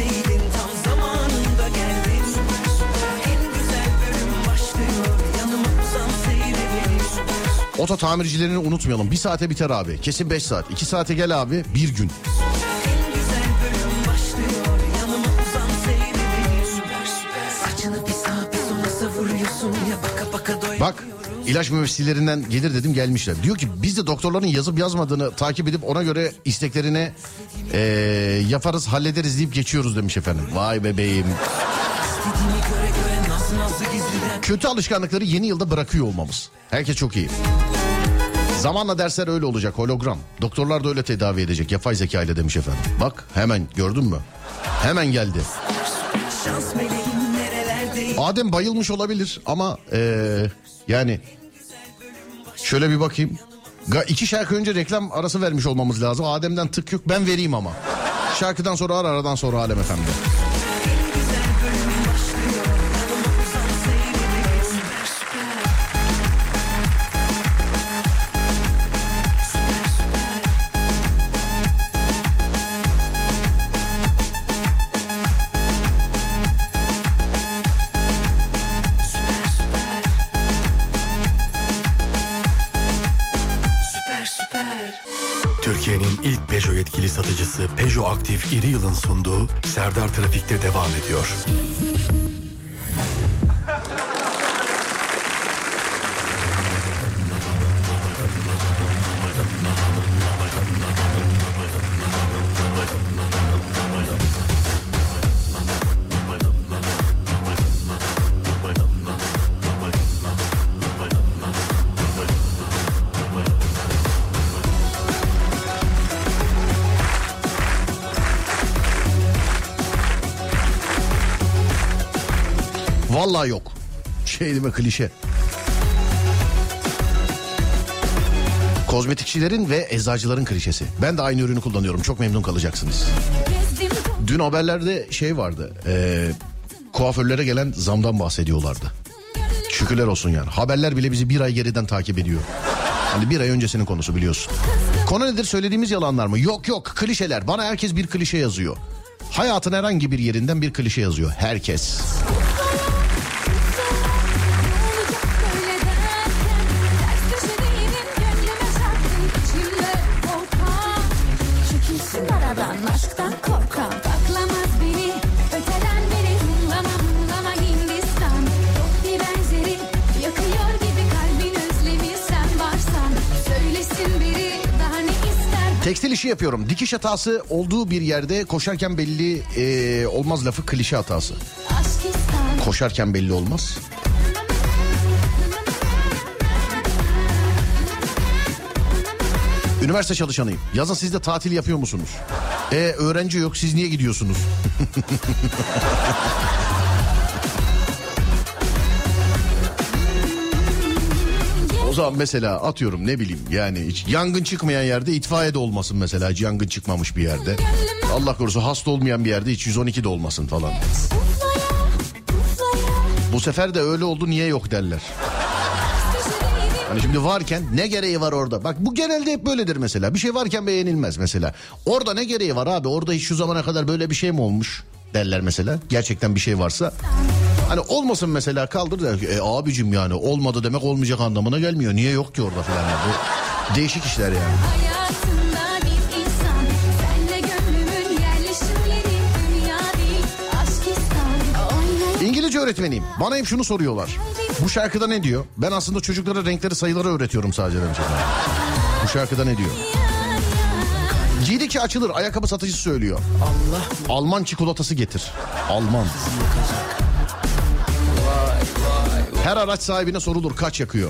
Oto tamircilerini unutmayalım. 1 saate biter abi. Kesin 5 saat. 2 saate gel abi. 1 gün. Bak ilaç müesseselerinden gelir dedim, gelmişler. Diyor ki biz de doktorların yazıp yazmadığını takip edip ona göre isteklerine yaparız hallederiz deyip geçiyoruz demiş efendim. Vay bebeğim. Kötü alışkanlıkları yeni yılda bırakıyor olmamız. Herkes çok iyi. Zamanla dersler öyle olacak, hologram. Doktorlar da öyle tedavi edecek yapay zeka ile demiş efendim. Bak hemen gördün mü? Hemen geldi. Adem bayılmış olabilir ama yani şöyle bir bakayım. 2 şarkı önce reklam arası vermiş olmamız lazım. Adem'den tık yok, ben vereyim ama. Şarkıdan sonra aradan sonra Alem Efendi. Türkiye'nin ilk Peugeot yetkili satıcısı Peugeot Aktif İri Yıl'ın sunduğu Serdar Trafik'te devam ediyor. Vallahi yok. Şey deme, klişe. Kozmetikçilerin ve eczacıların klişesi. Ben de aynı ürünü kullanıyorum. Çok memnun kalacaksınız. Dün haberlerde şey vardı. Kuaförlere gelen zamdan bahsediyorlardı. Şükürler olsun yani. Haberler bile bizi 1 ay geriden takip ediyor. Hani 1 ay öncesinin konusu, biliyorsun. Konu nedir? Söylediğimiz yalanlar mı? Yok klişeler. Bana herkes bir klişe yazıyor. Hayatın herhangi bir yerinden bir klişe yazıyor. Herkes. Tekstil işi yapıyorum. Dikiş hatası olduğu bir yerde koşarken belli olmaz lafı klişe hatası. Koşarken belli olmaz. Üniversite çalışanıyım. Yazın siz de tatil yapıyor musunuz? Öğrenci yok, siz niye gidiyorsunuz? O zaman mesela atıyorum, ne bileyim yani, hiç yangın çıkmayan yerde itfaiye de olmasın mesela, hiç yangın çıkmamış bir yerde. Allah korusun hasta olmayan bir yerde hiç 112 de olmasın falan. Bu sefer de öyle oldu, niye yok derler. Hani şimdi varken ne gereği var orada? Bak bu genelde hep böyledir mesela. Bir şey varken beğenilmez mesela. Orada ne gereği var abi? Orada hiç şu zamana kadar böyle bir şey mi olmuş derler mesela. Gerçekten bir şey varsa. Hani olmasın mesela, kaldır der ki abicim yani olmadı demek olmayacak anlamına gelmiyor. Niye yok ki orada falan. Bu değişik işler yani. İngilizce öğretmeniyim. Bana hep şunu soruyorlar. Bu şarkıda ne diyor? Ben aslında çocuklara renkleri, sayıları öğretiyorum sadece. Bu şarkıda ne diyor? Giydikçe açılır, ayakkabı satıcısı söylüyor. Alman çikolatası getir. Alman. Her araç sahibine sorulur kaç yakıyor.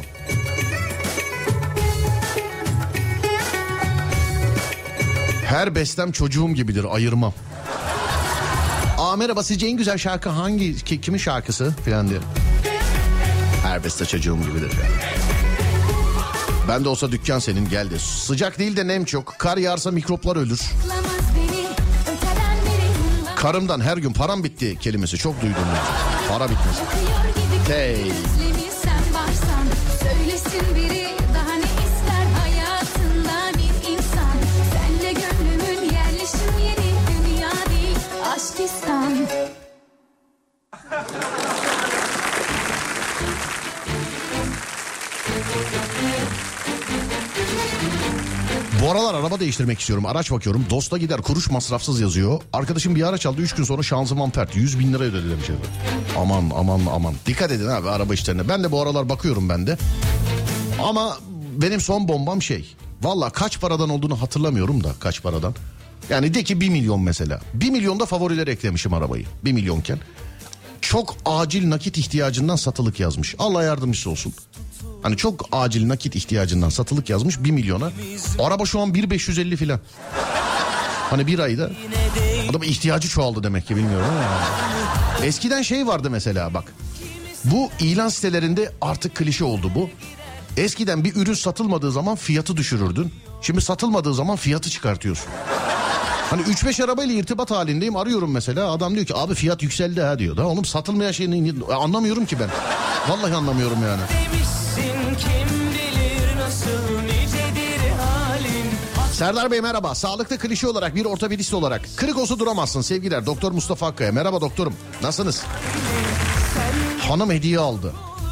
Her bestem çocuğum gibidir, ayırmam. Merhaba, sizce en güzel şarkı hangi, kimin şarkısı falan diyor. Her beste çocuğum gibidir. Ben de olsa dükkan senin, gel de. Sıcak değil de nem çok. Kar yağarsa mikroplar ölür. Karımdan her gün param bitti kelimesi çok duydum. Para bitmez. Hey. Bu aralar araba değiştirmek istiyorum. Araç bakıyorum. Dost'a gider kuruş masrafsız yazıyor. Arkadaşım bir araç aldı. 3 gün sonra şanzıman pert. 100.000 lira ödedi demiş. Aman. Dikkat edin abi araba işlerine. Ben de bu aralar bakıyorum ben de. Ama benim son bombam şey. Valla kaç paradan olduğunu hatırlamıyorum da kaç paradan. Yani de ki 1 milyon mesela. 1 milyonda favorilere eklemişim arabayı. 1 milyonken. Çok acil nakit ihtiyacından satılık yazmış. Allah yardımcısı olsun. Hani çok acil nakit ihtiyacından satılık yazmış 1 milyona. Araba şu an 1.550 filan. Hani bir ayda. Adam ihtiyacı çoğaldı demek ki bilmiyorum ama. Eskiden şey vardı mesela bak. Bu ilan sitelerinde artık klişe oldu bu. Eskiden bir ürün satılmadığı zaman fiyatı düşürürdün. Şimdi satılmadığı zaman fiyatı çıkartıyorsun. Hani 3-5 arabayla irtibat halindeyim, arıyorum mesela. Adam diyor ki abi fiyat yükseldi ha diyor. Da oğlum satılmayan şeyini anlamıyorum ki ben. Vallahi anlamıyorum yani. Serdar Bey merhaba. Sağlıklı klişe olarak bir ortopedist olarak kırık olsa duramazsın sevgiler. Doktor Mustafa Akkaya. Merhaba doktorum. Nasılsınız? Hanım hediye aldı.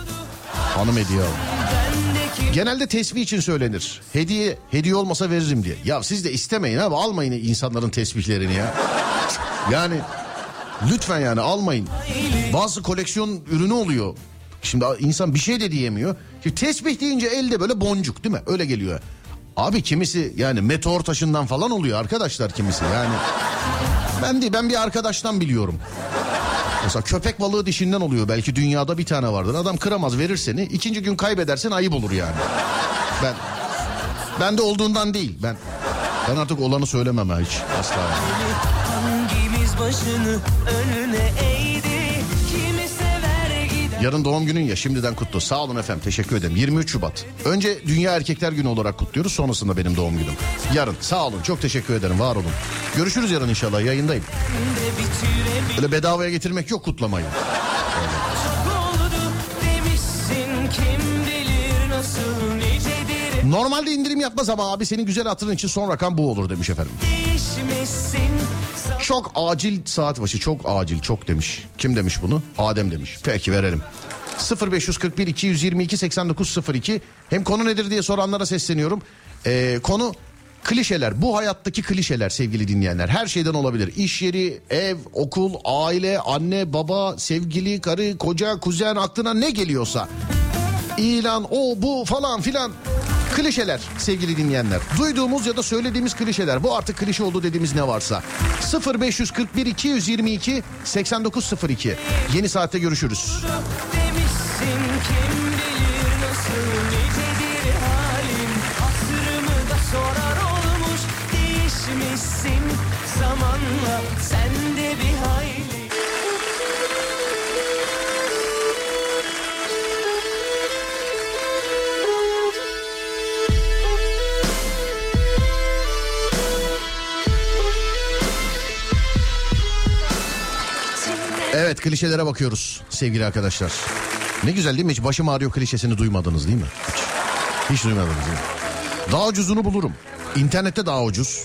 Genelde tesbih için söylenir. Hediye olmasa veririm diye. Ya siz de istemeyin abi, almayın insanların tesbihlerini ya. Yani lütfen yani almayın. Bazı koleksiyon ürünü oluyor. Şimdi insan bir şey de diyemiyor. Şimdi tesbih deyince elde böyle boncuk değil mi? Öyle geliyor. Abi kimisi yani meteor taşından falan oluyor arkadaşlar kimisi yani. Ben bir arkadaştan biliyorum. Mesela köpek balığı dişinden oluyor. Belki dünyada bir tane vardır. Adam kıramaz, verir seni. 2. gün kaybedersen ayıp olur yani. Ben de olduğundan değil. Ben artık olanı söylemem ha hiç. Asla. Hangimiz başını önüne eğdi, kimi sever gider. Yarın doğum günün ya, şimdiden kutlu. Sağ olun efendim, teşekkür ederim. 23 Şubat. Önce Dünya Erkekler Günü olarak kutluyoruz. Sonrasında benim doğum günüm. Yarın sağ olun, çok teşekkür ederim, var olun. Görüşürüz yarın inşallah, yayındayım. Öyle bedavaya getirmek yok kutlamayı. Normalde indirim yapmaz ama abi senin güzel hatırın için son rakam bu olur demiş efendim. Çok acil saat başı, çok acil, çok demiş. Kim demiş bunu? Adem demiş. Peki verelim. 0541 222 8902. Hem konu nedir diye soranlara sesleniyorum. Konu klişeler. Bu hayattaki klişeler sevgili dinleyenler. Her şeyden olabilir. İş yeri, ev, okul, aile, anne, baba, sevgili, karı, koca, kuzen, aklına ne geliyorsa. İlan, o, bu falan filan. Klişeler sevgili dinleyenler. Duyduğumuz ya da söylediğimiz klişeler. Bu artık klişe oldu dediğimiz ne varsa. 0541 222 8902. Yeni saatte görüşürüz. Zamanla sen de bir hayli. Evet, klişelere bakıyoruz sevgili arkadaşlar. Ne güzel değil mi? Hiç başım ağrıyor klişesini duymadınız değil mi? Hiç duymadınız değil mi? Daha ucuzunu bulurum. İnternette daha ucuz.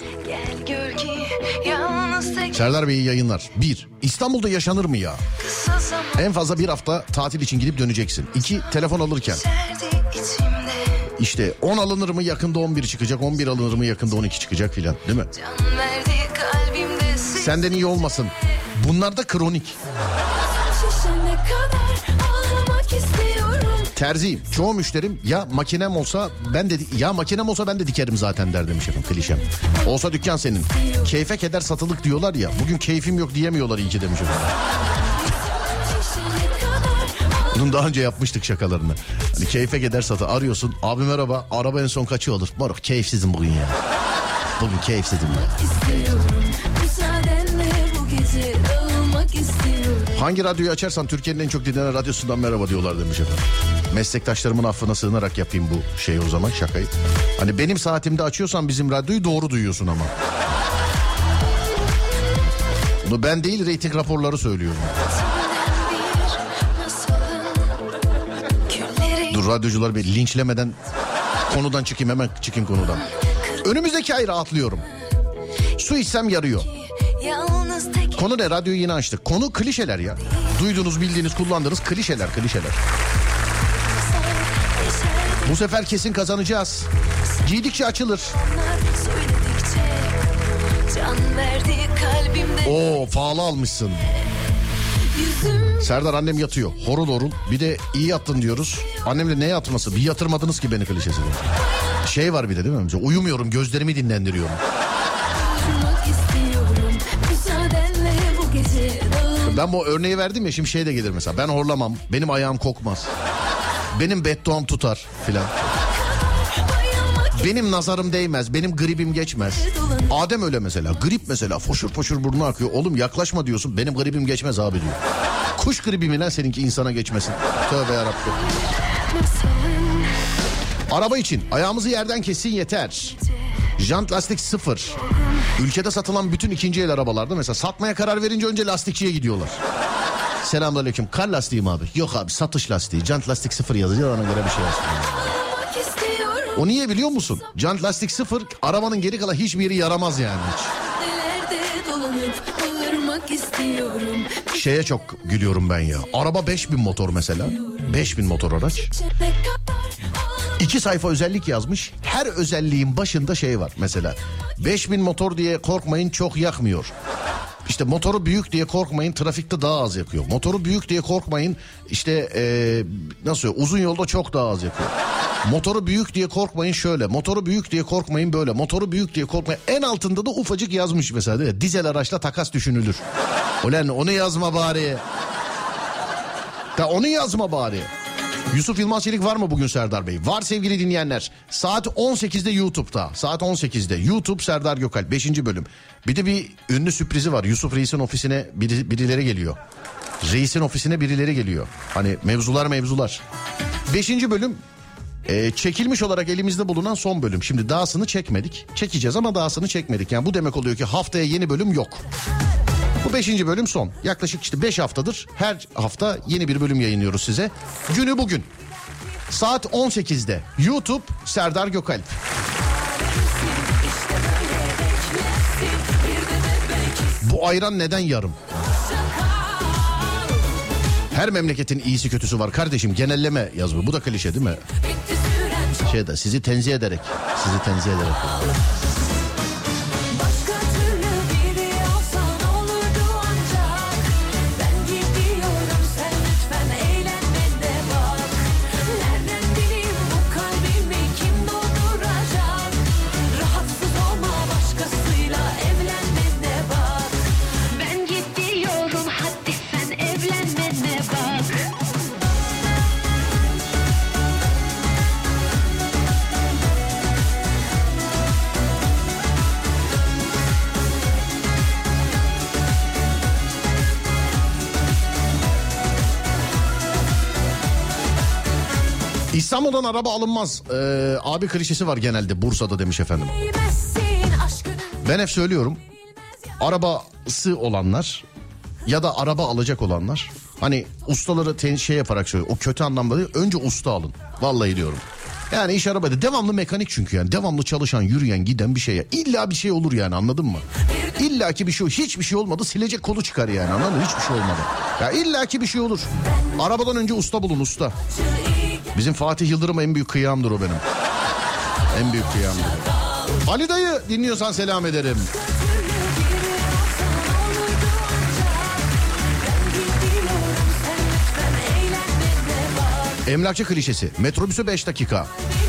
Serdar Bey yayınlar. 1. İstanbul'da yaşanır mı ya? En fazla bir hafta tatil için gidip döneceksin. 2. Telefon alırken. İşte 10 alınır mı yakında 11 çıkacak. 11 alınır mı yakında 12 çıkacak filan, değil mi? Senden iyi olmasın. Bunlar da kronik. Terziyim. Çoğu müşterim ya makinem olsa ben de dikerim zaten der demiş efendim, klişem. Olsa dükkan senin. Keyfe keder satılık diyorlar ya. Bugün keyfim yok diyemiyorlar iyi ki demiş efendim. Bunun daha önce yapmıştık şakalarını. Hani keyfe keder satı arıyorsun. Abi merhaba, araba en son kaçı olur? Moruk keyifsizim bugün ya. Bugün keyifsizim ya. Hangi radyoyu açarsan Türkiye'nin en çok dinlenen radyosundan merhaba diyorlar demiş efendim. Meslektaşlarımın affına sığınarak yapayım bu şeyi o zaman, şakayı. Hani benim saatimde açıyorsan bizim radyoyu doğru duyuyorsun ama. Bunu ben değil, reyting raporları söylüyorum. Dur radyocular beni linçlemeden konudan çıkayım, hemen çıkayım konudan. Önümüzdeki ay rahatlıyorum. Su içsem yarıyor. Konu ne? Radyoyu yine açtık. Konu klişeler ya. Duyduğunuz, bildiğiniz, kullandığınız klişeler. Bu sefer kesin kazanacağız. Giydikçe açılır. Oo, pahalı almışsın. Serdar, annem yatıyor horul horul, bir de iyi yattın diyoruz. Annemle ne yatması, bir yatırmadınız ki beni klişesi. Şey var bir de değil mi? Uyumuyorum, gözlerimi dinlendiriyorum. Ben bu örneği verdim ya, şimdi şey de gelir mesela. Ben horlamam, benim ayağım kokmaz, benim bedduam tutar filan. Benim nazarım değmez, benim gripim geçmez. Adem öyle mesela, grip mesela, foşur foşur burnu akıyor. Oğlum yaklaşma diyorsun, benim gripim geçmez abi diyor. Kuş gribi mi lan seninki insana geçmesin? Tövbe yarabbim. Araba için ayağımızı yerden kessin yeter. Jant lastik sıfır. Ülkede satılan bütün ikinci el arabalarda mesela satmaya karar verince önce lastikçiye gidiyorlar. Selamünaleyküm, kar lastiği mi abi? Yok abi, satış lastiği. Jant lastik sıfır yazıyor, ona göre bir şey yazıyor. O niye biliyor musun? Jant lastik sıfır, arabanın geri kalan hiçbir yeri yaramaz yani hiç. Şeye çok gülüyorum ben ya. Araba 5000 motor mesela. 5000 motor araç. 2 sayfa özellik yazmış. Her özelliğin başında şey var mesela. 5000 motor diye korkmayın, çok yakmıyor. İşte motoru büyük diye korkmayın, trafikte daha az yakıyor. Motoru büyük diye korkmayın, işte nasıl, uzun yolda çok daha az yakıyor. Motoru büyük diye korkmayın şöyle, motoru büyük diye korkmayın böyle, motoru büyük diye korkmayın. En altında da ufacık yazmış mesela, değil mi? Dizel araçla takas düşünülür. Ulan onu yazma bari. Da onu yazma bari. Yusuf Yılmaz Çelik var mı bugün Serdar Bey? Var sevgili dinleyenler. Saat 18'de YouTube'da. Saat 18'de YouTube Serdar Gökalp 5. bölüm. Bir de bir ünlü sürprizi var. Yusuf Reis'in ofisine birileri geliyor. Reis'in ofisine birileri geliyor. Hani mevzular. 5. bölüm çekilmiş olarak elimizde bulunan son bölüm. Şimdi dahasını çekmedik. Çekeceğiz ama dahasını çekmedik. Yani bu demek oluyor ki haftaya yeni bölüm yok. Bu 5. bölüm son. Yaklaşık işte 5 haftadır her hafta yeni bir bölüm yayınlıyoruz size. Günü bugün. Saat 18'de YouTube Serdar Gökalp. Bu ayran neden yarım? Her memleketin iyisi kötüsü var kardeşim, genelleme yazma. Bu da klişe değil mi? Sizi tenzih ederek. İstanbul'dan araba alınmaz. Abi klişesi var genelde Bursa'da demiş efendim. Ben hep söylüyorum. Arabası olanlar ya da araba alacak olanlar, hani ustaları şey yaparak söylüyor. O kötü anlamda değil. Önce usta alın. Vallahi diyorum. Yani iş arabada devamlı mekanik çünkü yani. Devamlı çalışan, yürüyen, giden bir şeye. İlla bir şey olur yani, anladın mı? İlla ki bir şey, hiçbir şey olmadı. Silecek kolu çıkar yani, anladın mı? Hiçbir şey olmadı. Ya illa ki bir şey olur. Arabadan önce usta bulun, usta. Bizim Fatih Yıldırım en büyük kıyamdır o benim. En büyük kıyamdır. Ali dayı dinliyorsan selam ederim. Emlakçı klişesi. Metrobüsü 5 dakika.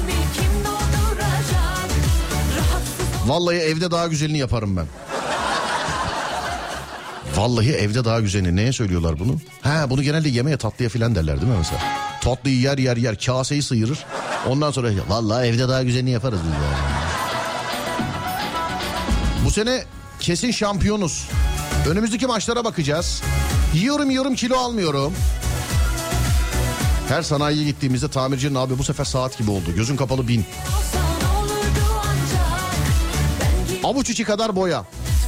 Vallahi evde daha güzelini yaparım ben. Vallahi evde daha güzelini. Neye söylüyorlar bunu? Bunu genelde yemeğe, tatlıya filan derler değil mi mesela? Tatlıyı yer kaseyi sıyırır. Ondan sonra vallahi evde daha güzelini yaparız biz yani. Bu sene kesin şampiyonuz. Önümüzdeki maçlara bakacağız. Yiyorum kilo almıyorum. Her sanayiye gittiğimizde tamircinin abi bu sefer saat gibi oldu. Gözün kapalı bin. Avuç içi kadar boya.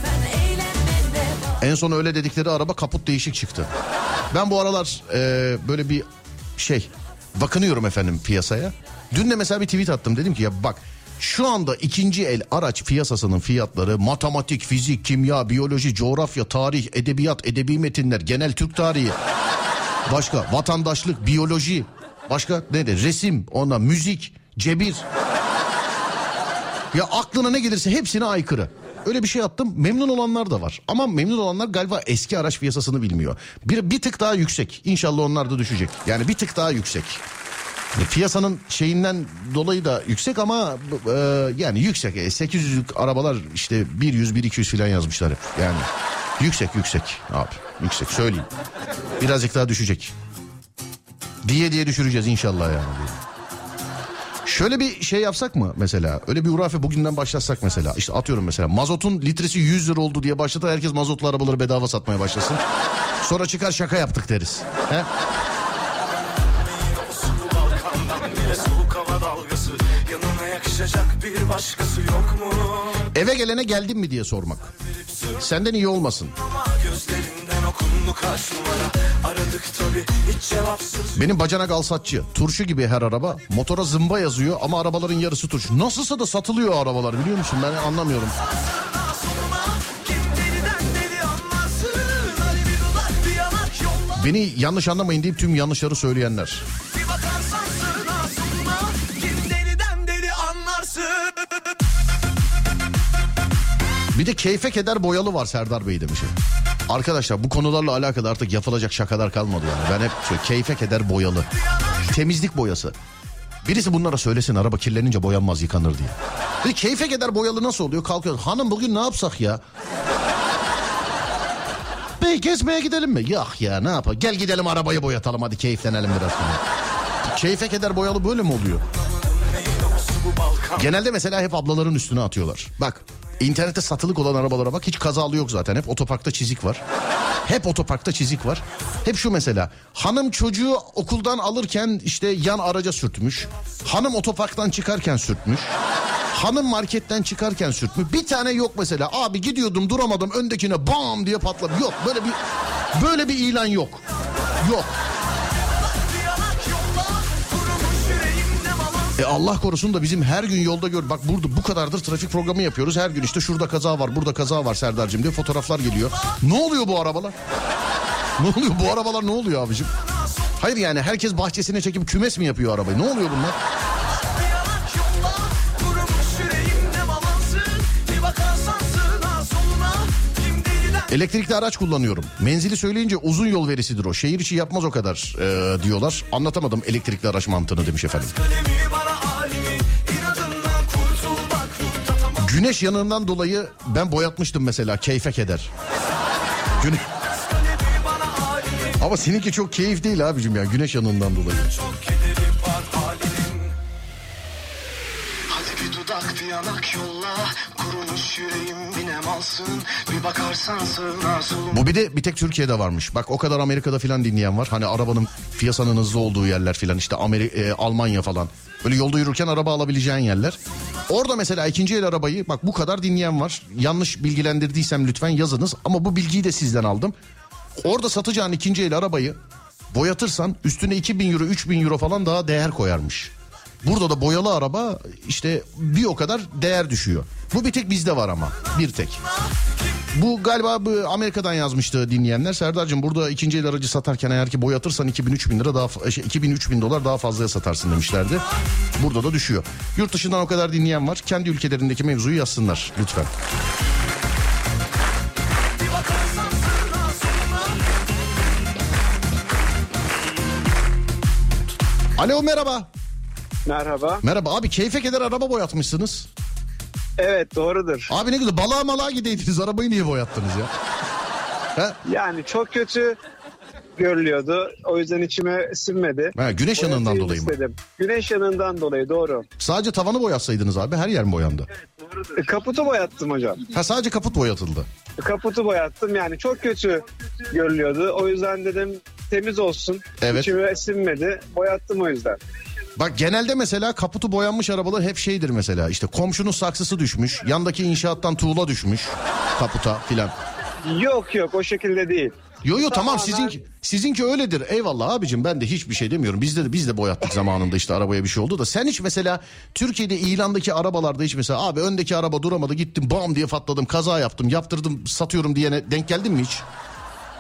En son öyle dedikleri araba kaput değişik çıktı. Ben bu aralar böyle bir bakınıyorum efendim piyasaya. Dün de mesela bir tweet attım, dedim ki ya bak, şu anda ikinci el araç piyasasının fiyatları matematik, fizik, kimya, biyoloji, coğrafya, tarih, edebiyat, edebi metinler, genel Türk tarihi, başka vatandaşlık, biyoloji, başka nedir, resim, ondan müzik, cebir. Ya aklına ne gelirse hepsine aykırı. Öyle bir şey attım. Memnun olanlar da var. Ama memnun olanlar galiba eski araç piyasasını bilmiyor. Bir tık daha yüksek. İnşallah onlar da düşecek. Yani bir tık daha yüksek. Piyasanın şeyinden dolayı da yüksek ama yani yüksek. 800'lük arabalar işte 100-1-200 falan yazmışlar hep. Yani yüksek abi. Yüksek söyleyeyim. Birazcık daha düşecek. Diye düşüreceğiz inşallah yani. Şöyle bir şey yapsak mı mesela? Öyle bir hurafe bugünden başlatsak mesela. İşte atıyorum mesela mazotun litresi 100 lira oldu diye başlatar. Herkes mazotlu arabaları bedava satmaya başlasın. Sonra çıkar şaka yaptık deriz. He? Eve gelene geldin mi diye sormak. Senden iyi olmasın. Benim bacanak alsatçı. Turşu gibi her araba. Motora zımba yazıyor ama arabaların yarısı turşu. Nasılsa da satılıyor arabalar biliyor musun? Ben anlamıyorum. Beni yanlış anlamayın deyip tüm yanlışları söyleyenler. Bir de keyfe keder boyalı var Serdar Bey demiş. Arkadaşlar bu konularla alakalı artık yapılacak şakalar kalmadı yani. Ben hep keyfe keder boyalı. Temizlik boyası. Birisi bunlara söylesin araba kirlenince boyanmaz yıkanır diye. Bir keyfe keder boyalı nasıl oluyor? Kalkıyor. Hanım bugün ne yapsak ya? Bey kesmeye gidelim mi? Yok ya ne yapalım? Gel gidelim arabayı boyatalım hadi keyiflenelim biraz sonra. Keyfe keder boyalı böyle mi oluyor? Genelde mesela hep ablaların üstüne atıyorlar. Bak internette satılık olan arabalara bak hiç kazalı yok zaten. Hep otoparkta çizik var. Hep otoparkta çizik var. Hep şu mesela hanım çocuğu okuldan alırken işte yan araca sürtmüş. Hanım otoparktan çıkarken sürtmüş. Hanım marketten çıkarken sürtmüş. Bir tane yok mesela abi gidiyordum duramadım öndekine bam diye patladı. Yok böyle bir ilan yok. Yok. Allah korusun da bizim her gün yolda gör. Bak burada bu kadardır trafik programı yapıyoruz. Her gün işte şurada kaza var, burada kaza var Serdar'cığım diye fotoğraflar geliyor. Ne oluyor bu arabalar? Ne oluyor bu arabalar ne oluyor abicim? Hayır yani herkes bahçesine çekip kümes mi yapıyor arabayı? Ne oluyor bunlar? Elektrikli araç kullanıyorum. Menzili söyleyince uzun yol verisidir o. Şehir içi yapmaz o kadar diyorlar. Anlatamadım elektrikli araç mantığını demiş efendim. Güneş yanığından dolayı ben boyatmıştım mesela keyfe keder. Ama seninki çok keyif değil abicim ya güneş yanığından dolayı. Hadi bir dudak bir yanak yolla. Kurumuş yüreğim binem alsın. Bir bakarsan sığına solum. Bu bir tek Türkiye'de varmış. Bak o kadar Amerika'da filan dinleyen var. Hani arabanın piyasanın hızlı olduğu yerler filan işte Almanya falan. Böyle yolda yürürken araba alabileceğin yerler. Orada mesela ikinci el arabayı bak bu kadar dinleyen var. Yanlış bilgilendirdiysem lütfen yazınız. Ama bu bilgiyi de sizden aldım. Orada satacağın ikinci el arabayı boyatırsan üstüne 2.000 euro 3.000 euro falan daha değer koyarmış. Burada da boyalı araba işte bir o kadar değer düşüyor. Bu bir tek bizde var ama bir tek. Bu galiba bu Amerika'dan yazmıştı dinleyenler. Serdar'cığım burada ikinci el aracı satarken eğer ki boyatırsan 2.000-3.000 lira daha 2.000-3.000 dolar daha fazlaya satarsın demişlerdi. Burada da düşüyor. Yurt dışından o kadar dinleyen var. Kendi ülkelerindeki mevzuyu yazsınlar lütfen. Alo merhaba. Merhaba. Merhaba abi keyfe keder araba boyatmışsınız. Evet doğrudur. Abi ne güzel balığa malığa gideydiniz arabayı niye boyattınız ya? He? Yani çok kötü görülüyordu. O yüzden içime sinmedi. Ha, güneş yanığından dolayı mı? Güneş yanığından dolayı doğru. Sadece tavanı boyatsaydınız abi her yer mi boyandı? Kaputu boyattım hocam. Ha sadece kaput boyatıldı. Kaputu boyattım yani çok kötü görülüyordu. O yüzden dedim temiz olsun. Evet. İçime sinmedi. Boyattım o yüzden. Bak genelde mesela kaputu boyanmış arabalar hep şeydir mesela işte komşunun saksısı düşmüş, yandaki inşaattan tuğla düşmüş kaputa filan. Yok o şekilde değil. Yo tamam sizinki öyledir eyvallah abicim ben de hiçbir şey demiyorum. Biz de boyattık zamanında işte arabaya bir şey oldu da sen hiç mesela Türkiye'de ilandaki arabalarda hiç mesela abi öndeki araba duramadı gittim bam diye patladım kaza yaptım yaptırdım satıyorum diyene denk geldin mi hiç?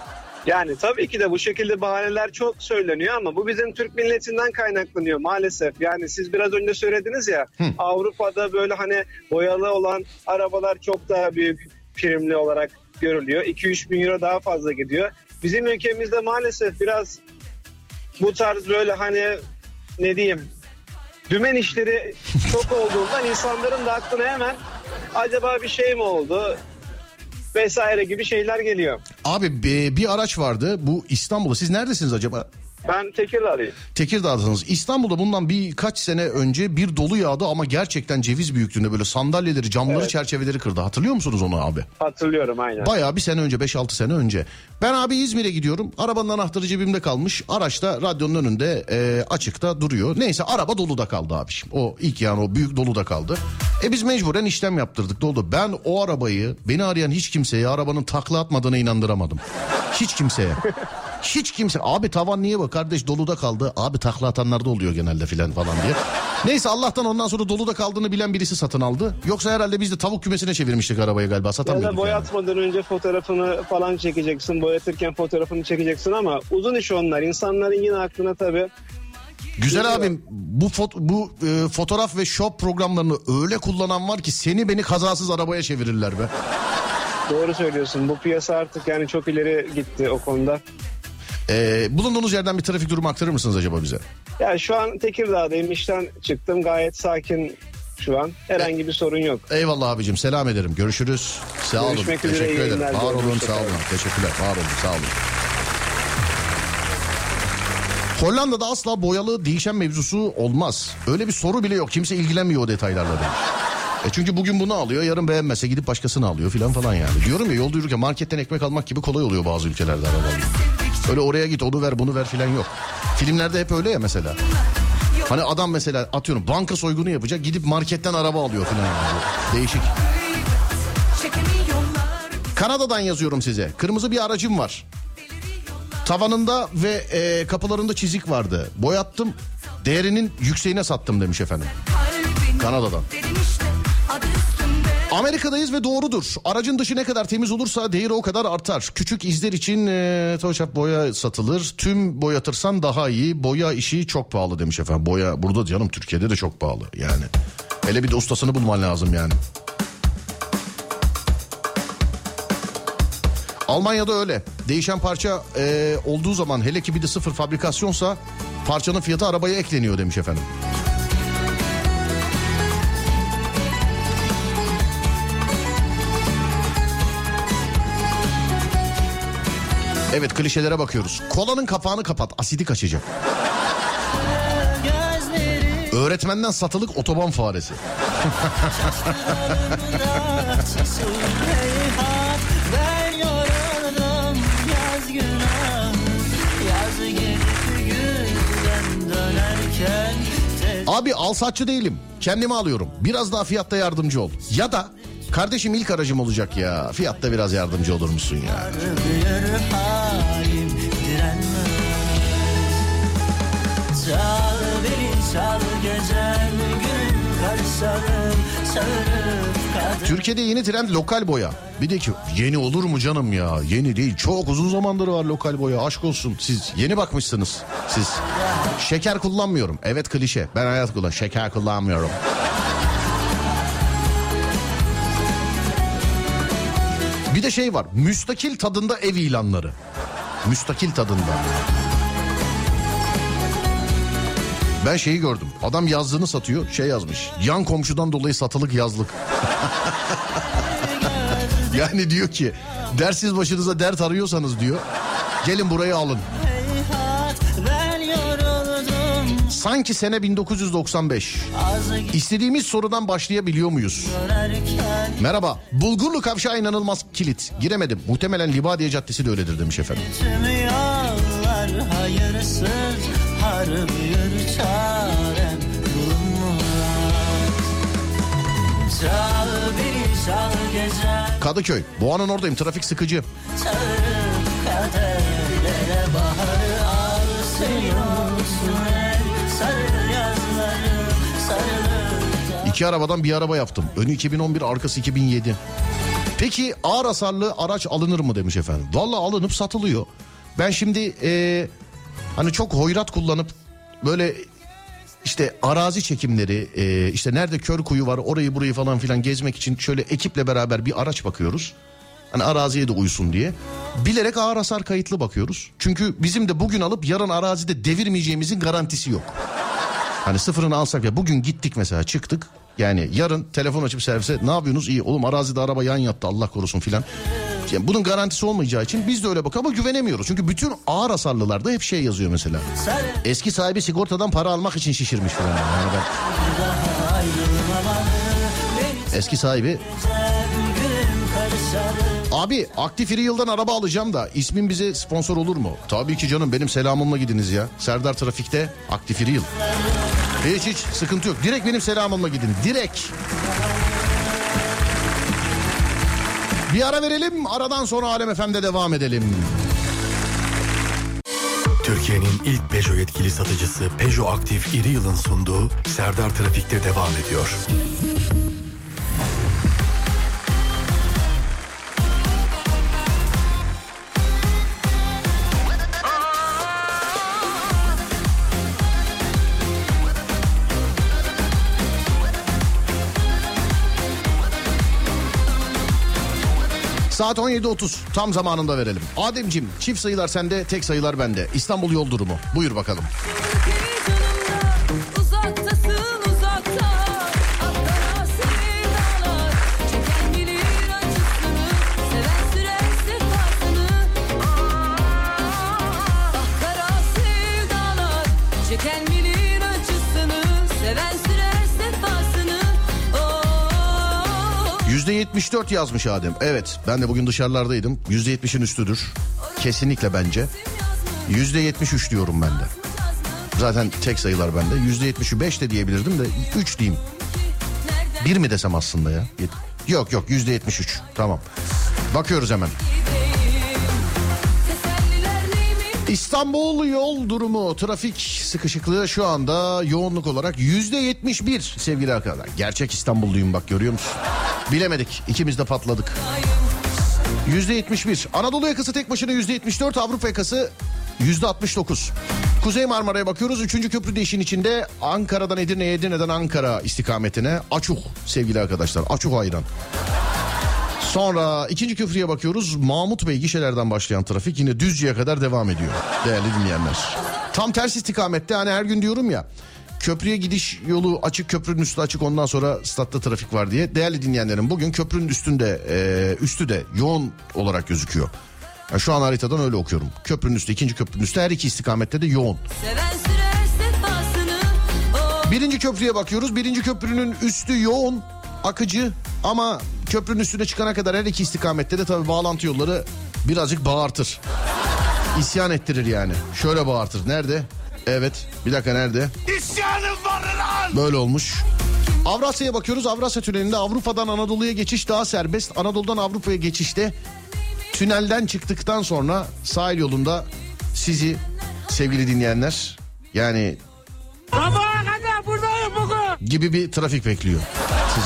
Yani tabii ki de bu şekilde bahaneler çok söyleniyor ama bu bizim Türk milletinden kaynaklanıyor maalesef. Yani siz biraz önce söylediniz ya, Avrupa'da böyle hani boyalı olan arabalar çok daha büyük primli olarak görülüyor. 2-3 bin euro daha fazla gidiyor. Bizim ülkemizde maalesef biraz bu tarz böyle hani ne diyeyim dümen işleri çok olduğundan insanların da aklına hemen acaba bir şey mi oldu vesaire gibi şeyler geliyor. Abi bir araç vardı bu İstanbul'da. Siz neredesiniz acaba? Ben Tekirdağ'dayım. Tekirdağ'dasınız. İstanbul'da bundan birkaç sene önce bir dolu yağdı ama gerçekten ceviz büyüklüğünde, böyle sandalyeleri, camları, Evet. çerçeveleri kırdı. Hatırlıyor musunuz onu abi? Hatırlıyorum aynen. Bayağı bir sene önce, 5-6 sene önce. Ben abi İzmir'e gidiyorum. Arabanın anahtarı cebimde kalmış. Araçta radyonun önünde açıkta duruyor. Neyse araba doluda kaldı abi. O ilk yani o büyük doluda kaldı. Biz mecburen işlem yaptırdık, doldu. Ben o arabayı, beni arayan hiç kimseye arabanın takla atmadığına inandıramadım. Hiç kimseye. Hiç kimse. Abi tavan niye bak kardeş, doluda kaldı. Abi takla atanlarda oluyor genelde filan falan diye. Neyse Allah'tan ondan sonra doluda kaldığını bilen birisi satın aldı. Yoksa herhalde biz de tavuk kümesine çevirmiştik arabayı galiba, satamıyorduk. Ya da boyatmadan önce fotoğrafını falan çekeceksin. Boyatırken fotoğrafını çekeceksin ama uzun iş onlar. İnsanların yine aklına tabii. Güzel abim, bu fotoğraf ve shop programlarını öyle kullanan var ki seni beni kazasız arabaya çevirirler be. Doğru söylüyorsun. Bu piyasa artık yani çok ileri gitti o konuda. Bulunduğunuz yerden bir trafik durumu aktarır mısınız acaba bize? Ya şu an Tekirdağ'dayım, işten çıktım, gayet sakin şu an, herhangi bir sorun yok. Eyvallah abicim, selam ederim, görüşürüz. Sağ olun, Görüşmek üzere, teşekkür ederim. yayınlar, Var olun, görüşmek sağ olun, üzere. teşekkürler, var olun, sağ olun. Hollanda'da asla boyalı değişen mevzusu olmaz. Öyle bir soru bile yok, kimse ilgilenmiyor o detaylarla demiş. Çünkü bugün bunu alıyor, yarın beğenmezse gidip başkasını alıyor falan yani. Diyorum ya, yolda yürürken marketten ekmek almak gibi kolay oluyor bazı ülkelerde arabalar. Öyle oraya git, onu ver, bunu ver filan yok. Filmlerde hep öyle ya mesela. Hani adam mesela atıyorum banka soygunu yapacak, gidip marketten araba alıyor filan yani. Değişik. Kanada'dan yazıyorum size. Kırmızı bir aracım var. Tavanında ve kapılarında çizik vardı. Boyattım, değerinin yükseğine sattım demiş efendim. Kanada'dan. Amerika'dayız ve doğrudur. Aracın dışı ne kadar temiz olursa değeri o kadar artar. Küçük izler için toşap boya satılır. Tüm boyatırsan daha iyi. Boya işi çok pahalı demiş efendim. Boya burada canım, Türkiye'de de çok pahalı yani. Hele bir de ustasını bulman lazım yani. Almanya'da öyle. Değişen parça olduğu zaman, hele ki bir de sıfır fabrikasyonsa, parçanın fiyatı arabaya ekleniyor demiş efendim. Evet, klişelere bakıyoruz. Kolanın kapağını kapat, asidi kaçacak. Öğretmenden satılık otoban faresi. Abi alsatçı değilim, kendime alıyorum. Biraz daha fiyatta yardımcı ol. Ya da kardeşim ilk aracım olacak ya, fiyatta biraz yardımcı olur musun ya? Türkiye'de yeni trend lokal boya. Bir de ki yeni olur mu canım ya? Yeni değil, çok uzun zamandır var lokal boya, aşk olsun. Siz yeni bakmışsınız siz. Şeker kullanmıyorum. Evet, klişe. Ben hayat kullan. Şeker kullanmıyorum. Bir de şey var. Müstakil tadında ev ilanları. Müstakil tadında. Ben şeyi gördüm. Adam yazlığını satıyor. Şey yazmış. Yan komşudan dolayı satılık yazlık. Yani diyor ki, dersiz başınıza dert arıyorsanız diyor, gelin burayı alın. Sanki sene 1995. İstediğimiz sorudan başlayabiliyor muyuz? Merhaba. Bulgurlu Kavşağı inanılmaz kilit. Giremedim. Muhtemelen Libadiye Caddesi de öyledir demiş efendim. Kadıköy. Boğa'nın oradayım. Trafik sıkıcı. İki arabadan bir araba yaptım. Önü 2011, arkası 2007. Peki ağır hasarlı araç alınır mı demiş efendim. Vallahi alınıp satılıyor. Ben şimdi hani çok hoyrat kullanıp böyle işte arazi çekimleri, işte nerede kör kuyu var orayı burayı falan filan gezmek için şöyle ekiple beraber bir araç bakıyoruz. Hani araziye de uysun diye. Bilerek ağır hasar kayıtlı bakıyoruz. Çünkü bizim de bugün alıp yarın arazide devirmeyeceğimizin garantisi yok. Hani sıfırını alsak ya, bugün gittik mesela, çıktık. Yani yarın telefon açıp servise ne yapıyorsunuz? İyi oğlum, arazide araba yan yattı Allah korusun filan. Yani bunun garantisi olmayacağı için biz de öyle bakıyoruz ama güvenemiyoruz. Çünkü bütün ağır hasarlılarda hep şey yazıyor mesela. Eski sahibi sigortadan para almak için şişirmiş falan. Yani eski sahibi... Abi Aktif İri Yıl'dan araba alacağım da ismin bize sponsor olur mu? Tabii ki canım, benim selamımla gidiniz ya. Serdar Trafik'te Aktif İri Yıl. Hiç sıkıntı yok. Direkt benim selamımla gidin. Direkt. Bir ara verelim. Aradan sonra Alem FM'de devam edelim. Türkiye'nin ilk Peugeot yetkili satıcısı Peugeot Aktif İri Yıl'ın sunduğu Serdar Trafik'te devam ediyor. Saat 17.30 tam zamanında verelim. Ademciğim, çift sayılar sende, tek sayılar bende. İstanbul yol durumu. Buyur bakalım. %74 yazmış Adem. Evet, ben de bugün dışarılardaydım. %70'in üstüdür. Kesinlikle bence. %73 diyorum ben de. Zaten tek sayılar bende. %70'i 5 de diyebilirdim de 3 diyeyim. 1 mi desem aslında ya? Yok %73. Tamam. Bakıyoruz hemen. İstanbul yol durumu, trafik sıkışıklığı şu anda yoğunluk olarak %71 sevgili arkadaşlar. Gerçek İstanbulluyum bak, görüyor musun? Bilemedik, ikimiz de patladık. %71. Anadolu yakası tek başına %74, Avrupa yakası %69. Kuzey Marmara'ya bakıyoruz. 3. köprü de işin içinde. Ankara'dan Edirne'ye, Edirne'den Ankara istikametine Açuk sevgili arkadaşlar. Açuk ayran. Sonra 2. köprüye bakıyoruz. Mahmut Bey gişelerden başlayan trafik yine Düzce'ye kadar devam ediyor değerli dinleyenler. Tam ters istikamette, hani her gün diyorum ya, köprüye gidiş yolu açık, köprünün üstü açık, ondan sonra statta trafik var diye. Değerli dinleyenlerim, bugün köprünün üstü de yoğun olarak gözüküyor. Yani şu an haritadan öyle okuyorum. Köprünün üstü, 2. köprünün üstü, her iki istikamette de yoğun. 1. köprüye bakıyoruz. 1. köprünün üstü yoğun, akıcı ama köprünün üstüne çıkana kadar her iki istikamette de tabii bağlantı yolları birazcık bağırtır. İsyan ettirir yani. Şöyle bağırtır. Nerede? Evet. Bir dakika, nerede? İsyanım var lan! Böyle olmuş. Avrasya'ya bakıyoruz. Avrasya Tüneli'nde Avrupa'dan Anadolu'ya geçiş daha serbest. Anadolu'dan Avrupa'ya geçişte tünelden çıktıktan sonra sahil yolunda sizi sevgili dinleyenler, yani sabaha kadar buradayım bugün gibi bir trafik bekliyor sizi.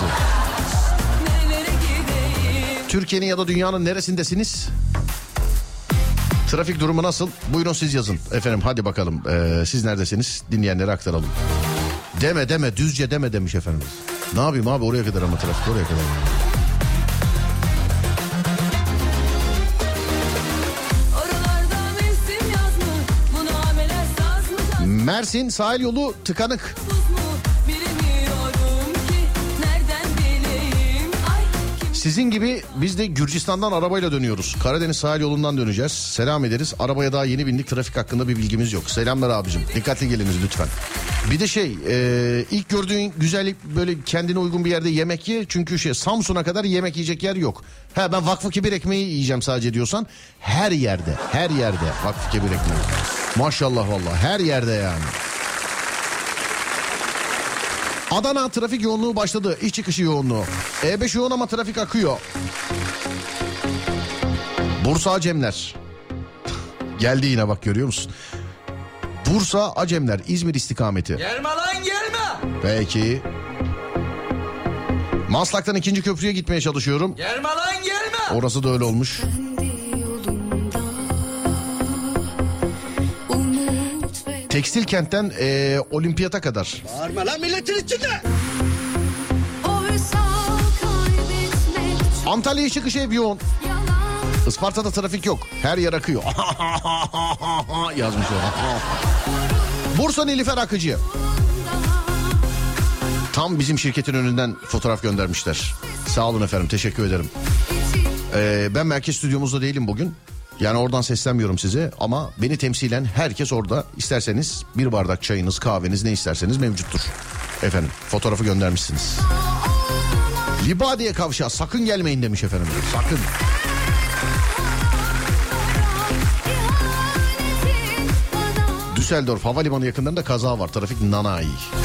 Türkiye'nin ya da dünyanın neresindesiniz? Trafik durumu nasıl? Buyurun siz yazın. Efendim hadi bakalım. Siz neredesiniz? Dinleyenlere aktaralım. Deme Düzce deme demiş efendimiz. Ne yapayım abi, oraya kadar ama trafik oraya kadar. Mersin sahil yolu tıkanık. Sizin gibi biz de Gürcistan'dan arabayla dönüyoruz. Karadeniz sahil yolundan döneceğiz. Selam ederiz. Arabaya daha yeni bindik. Trafik hakkında bir bilgimiz yok. Selamlar abicim. Dikkatli geliniz lütfen. Bir de ilk gördüğün güzellik, böyle kendine uygun bir yerde yemek ye. Çünkü Samsun'a kadar yemek yiyecek yer yok. Ben Vakfı Kebir ekmeği yiyeceğim sadece diyorsan, her yerde Vakfı Kebir ekmeği. Maşallah vallahi her yerde yani. Adana trafik yoğunluğu başladı. İş çıkışı yoğunluğu. E5 yoğun ama trafik akıyor. Bursa Acemler. Geldi yine bak, görüyor musun? Bursa Acemler İzmir istikameti. Gelme lan gelme. Peki. Maslak'tan 2. köprüye gitmeye çalışıyorum. Gelme lan gelme. Orası da öyle olmuş. Tekstil kentten olimpiyata kadar. Bağırma lan milletin içinde. Antalya'ya çıkış ev yoğun. Isparta'da trafik yok. Her yer akıyor. Yazmış o. Bursa Nilüfer Akıcı. Tam bizim şirketin önünden fotoğraf göndermişler. Sağ olun efendim, teşekkür ederim. Ben merkez stüdyomuzda değilim bugün. Yani oradan seslenmiyorum size ama beni temsilen herkes orada. İsterseniz bir bardak çayınız, kahveniz, ne isterseniz mevcuttur. Efendim fotoğrafı göndermişsiniz. Libadiye kavşağı sakın gelmeyin demiş efendim. Sakın. Düsseldorf havalimanı yakınlarında kaza var. Trafik nanay.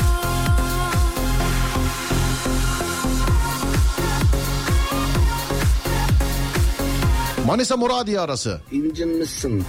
Manisa Muradiye arası. İncinmişsin.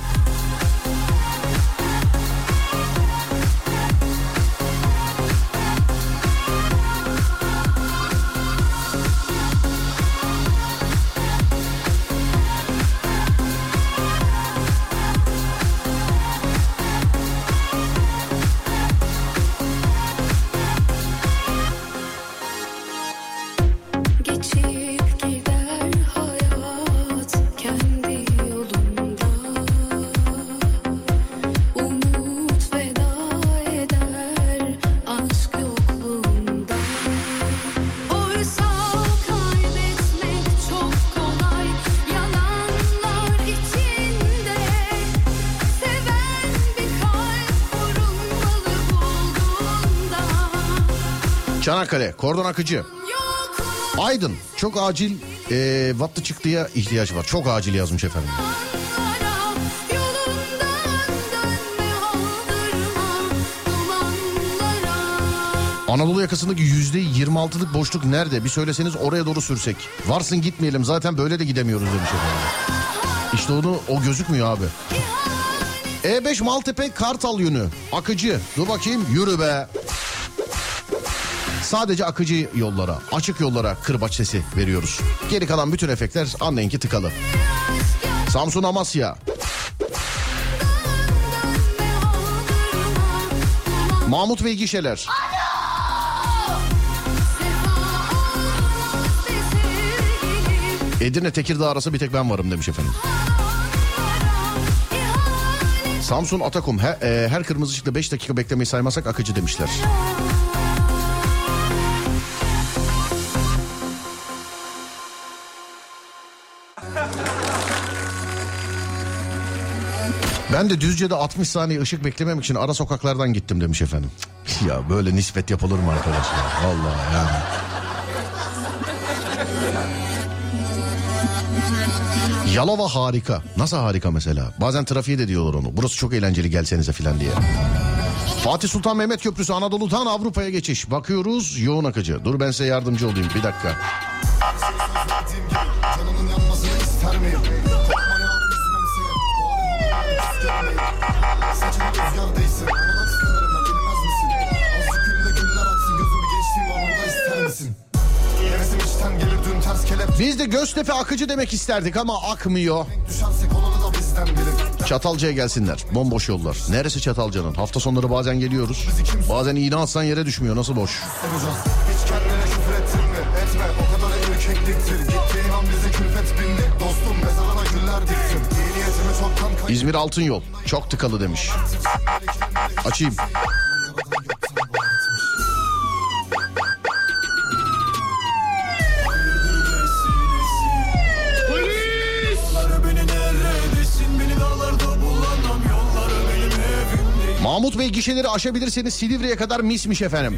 Çanakkale, Kordon Akıcı. Aydın, çok acil wattı çıktıya ihtiyaç var. Çok acil yazmış efendim. Anadolu yakasındaki %26'lık boşluk nerede? Bir söyleseniz oraya doğru sürsek. Varsın gitmeyelim, zaten böyle de gidemiyoruz demiş efendim. İşte o gözükmüyor abi. E5 Maltepe Kartal yönü. Akıcı. Dur bakayım, yürü be. Sadece akıcı yollara, açık yollara kırbaç sesi veriyoruz. Geri kalan bütün efektler anlayın ki tıkalı. Samsun Amasya. Mahmut Bey gişeler. Edirne Tekirdağ arası bir tek ben varım demiş efendim. Samsun Atakum her kırmızı ışıkta 5 dakika beklemeyi saymazsak akıcı demişler. Ben de Düzce'de 60 saniye ışık beklememek için ara sokaklardan gittim demiş efendim. Ya böyle nispet yapılır mı arkadaşlar? Vallahi yani. Yalova harika. Nasıl harika mesela? Bazen trafiğe de diyorlar onu. Burası çok eğlenceli, gelsenize filan diye. Fatih Sultan Mehmet Köprüsü Anadolu'dan Avrupa'ya geçiş. Bakıyoruz yoğun akıcı. Dur ben size yardımcı olayım bir dakika. Biz de Göztepe akıcı demek isterdik ama akmıyor. Çatalca'ya gelsinler. Bomboş yollar. Neresi Çatalca'nın? Hafta sonları bazen geliyoruz. Bazen iğne atsan yere düşmüyor. Nasıl boş? Hiç kendine küfür ettin mi? Etme. O kadar erkekliktir. Gittiğin an bize külfet bindi. Dostum mezarına güller diktim. İyi niyetimi çoktan kayıp. İzmir Altınyol. Çok tıkalı demiş. Açayım. Mahmut Bey gişeleri aşabilirseniz Silivri'ye kadar mismiş efendim.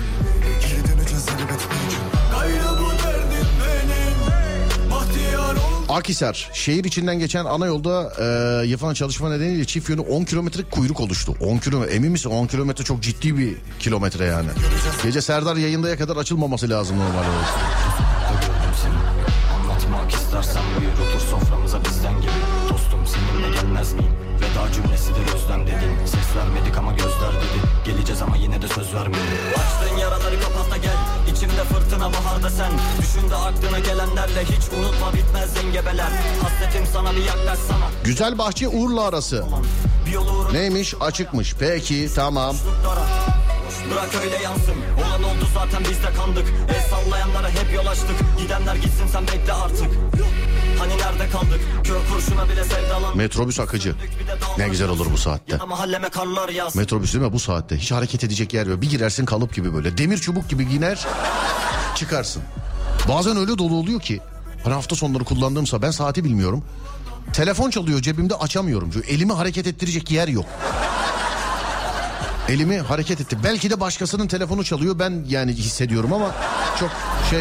Akhisar şehir içinden geçen ana yolda yapılan çalışma nedeniyle çift yönü 10 kilometrelik kuyruk oluştu. 10 kilometre, emin misin? 10 kilometre çok ciddi bir kilometre yani. Gece Serdar yayındaya kadar açılmaması lazım normalde. Anlatmak istersen buyur otur soframıza bizden gibi. Dostum seninle gelmez miyim? Veda cümlesidir özlem dedin. Ses vermedik ama gözler dedi. Geleceğiz ama yine de söz vermedik. Açtığın yaraları kapat da gel. İçimde fırtına baharda sen. Düşün de aklına gelenlerle hiç unutma bitmez engebeler. Hasretim sana bir yaklaş sana. Güzelbahçe Urla arası. Bir yol uğruna Neymiş? Açıkmış. Peki tamam. bırak öyle yansın. Olan oldu zaten biz de kandık. El sallayanlara hep yol açtık. Gidenler gitsin sen bekle artık. Hani nerede kaldık? Kör kurşuna bile sevdalan. Metrobüs akıcı. Ne güzel olur bu saatte. Mahalleme karlar yaz. Metrobüs değil mi bu saatte? Hiç hareket edecek yer yok. Bir girersin kalıp gibi böyle. Demir çubuk gibi giner çıkarsın. Bazen öyle dolu oluyor ki. Hani hafta sonları kullandığımsa ben saati bilmiyorum. Telefon çalıyor cebimde, açamıyorum. Çünkü elimi hareket ettirecek yer yok. Elimi hareket etti. Belki de başkasının telefonu çalıyor. Ben yani hissediyorum ama çok şey...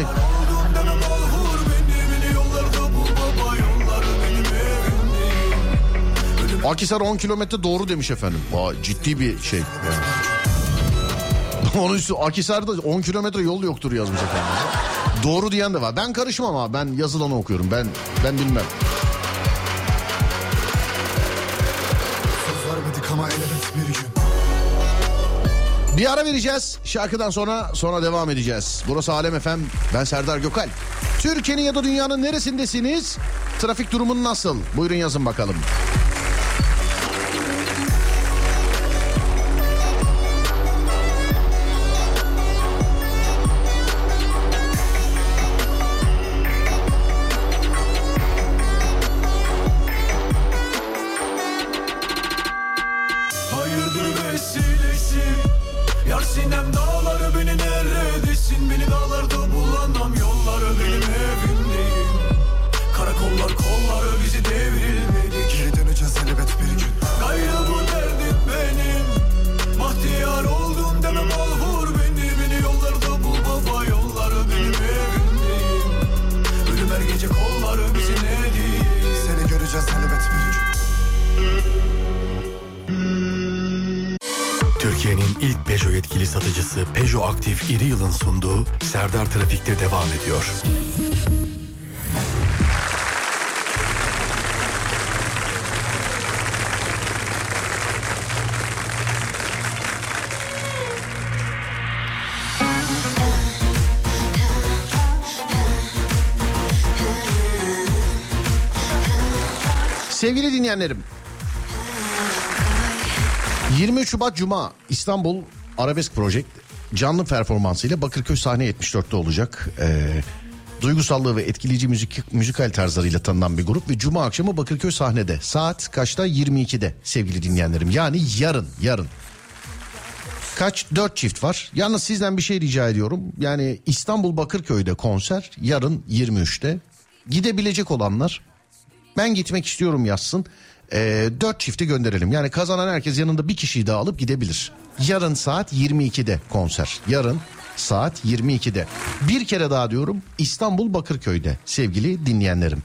Akhisar 10 kilometre doğru demiş efendim. Ciddi bir şey. Yani. Onun üstü Akhisar'da 10 kilometre yol yoktur yazmış efendim. Doğru diyen de var. Ben karışmam ama ben yazılanı okuyorum. Ben bilmem. Söz vermedik ama elbet bir gün. Bir ara vereceğiz. Şarkıdan sonra devam edeceğiz. Burası Alem FM. Ben Serdar Gökalp. Türkiye'nin ya da dünyanın neresindesiniz? Trafik durumun nasıl? Buyurun yazın bakalım. Sinem dağları beni neredesin? Beni dağlarda bulamam yolları benim evimdeyim. Karakollar kolları bizi devrilmedik. Geri döneceğiz elbet bir gün. Gayrı bu derdim benim. Bahtiyar oldum demem al vur beni yollarda bul baba yolları benim evimdeyim. Ölüm her gece kolları bizi ne değil. Seni göreceğiz elbet bir gün. Türkiye'nin ilk Peugeot yetkili satıcısı Peugeot Aktif İri Yıl'ın sunduğu Serdar Trafik'te devam ediyor. Sevgili dinleyenlerim, 23 Şubat Cuma İstanbul Arabesk Project canlı performansıyla Bakırköy sahne 74'te olacak. Duygusallığı ve etkileyici müzikal tarzlarıyla tanınan bir grup ve Cuma akşamı Bakırköy sahnede. Saat kaçta? 22'de sevgili dinleyenlerim. Yani yarın. Kaç? 4 çift var. Yalnız sizden bir şey rica ediyorum. Yani İstanbul Bakırköy'de konser yarın 23'te. Gidebilecek olanlar ben gitmek istiyorum yazsın. 4 çifti gönderelim. Yani kazanan herkes yanında bir kişiyi daha alıp gidebilir. Yarın saat 22'de konser. Yarın saat 22'de. Bir kere daha diyorum, İstanbul Bakırköy'de sevgili dinleyenlerim.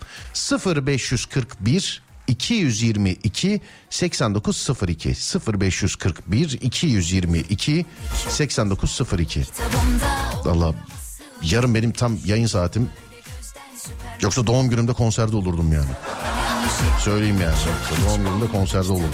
0541 222 8902 0541 222 8902. Allah, yarın benim tam yayın saatim. Yoksa doğum günümde konserde olurdum yani. Söyleyeyim yani. Doğum günümde konserde olurdum.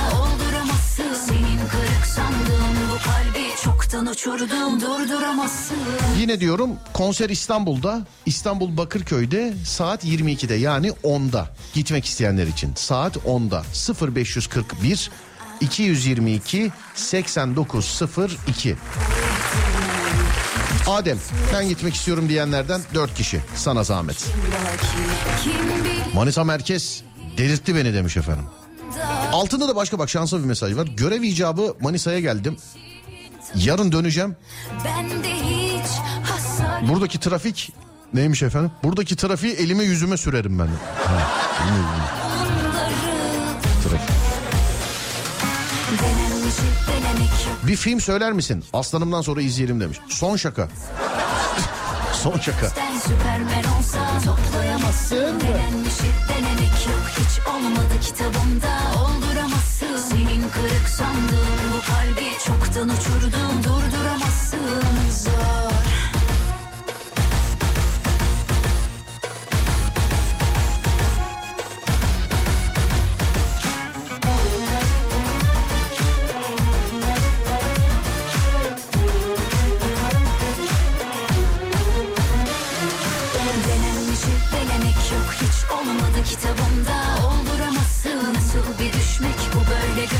Yine diyorum, konser İstanbul'da, İstanbul Bakırköy'de saat 22'de yani 10'da gitmek isteyenler için saat 10'da 0541 222 8902. Adem, ben gitmek istiyorum diyenlerden 4 kişi, sana zahmet. Manisa Merkez delirtti beni demiş efendim. Altında da başka bak şanslı bir mesaj var. Görev icabı Manisa'ya geldim. Yarın döneceğim. Buradaki trafik neymiş efendim? Buradaki trafiği elime yüzüme sürerim ben. Trafik. Bir film söyler misin? Aslanımdan sonra izleyelim demiş. Son şaka. Son şaka. Süpermen olsa toplayamazsın. Denemek yok hiç olmadı kitabımda olduramazsın. Senin kırık sandığın bu kalbi çoktan uçurdum, durduramazsın. Zor. Kitabımda olduramazsın. Nasıl bir düşmek bu böyle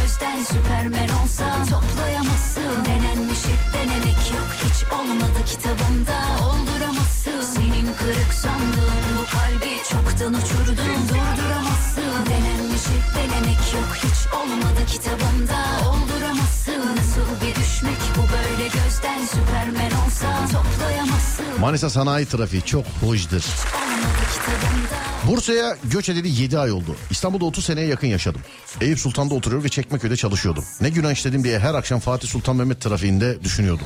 kitabımda olduramazsın. Senin kırık sandığın bu kalbi çoktan uçurdum, durduramazsın. Denenmişi denemek yok, hiç olmadı kitabımda olduramazsın. Nasıl bir düşmek bu böyle, gözden Süpermen olsa toplayamazsın. Manisa sanayi trafiği çok hoşdur. Bursa'ya göç edeli 7 ay oldu. İstanbul'da 30 seneye yakın yaşadım. Eyüp Sultan'da oturuyor ve Çekmeköy'de çalışıyordum. Ne günah işledim diye her akşam Fatih Sultan Mehmet trafiğinde düşünüyordum.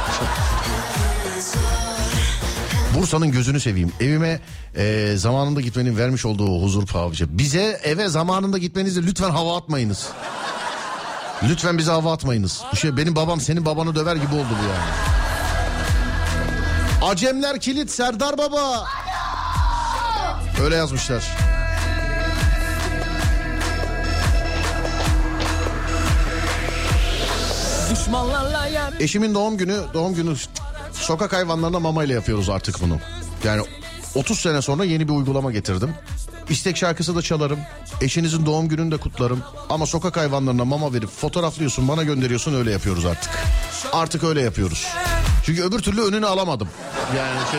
Bursa'nın gözünü seveyim. Evime zamanında gitmenin vermiş olduğu huzur pahalıca. Bize eve zamanında gitmenizde lütfen hava atmayınız. Lütfen bize hava atmayınız. Bu şey, benim babam senin babanı döver gibi oldu bu yani. Acemler kilit Serdar Baba. Öyle yazmışlar. Eşimin doğum günü sokak hayvanlarına mamayla yapıyoruz artık bunu. Yani 30 sene sonra yeni bir uygulama getirdim. İstek şarkısı da çalarım. Eşinizin doğum gününü de kutlarım. Ama sokak hayvanlarına mama verip fotoğraflıyorsun, bana gönderiyorsun, öyle yapıyoruz artık. Artık öyle yapıyoruz. Çünkü öbür türlü önünü alamadım. Yani şey...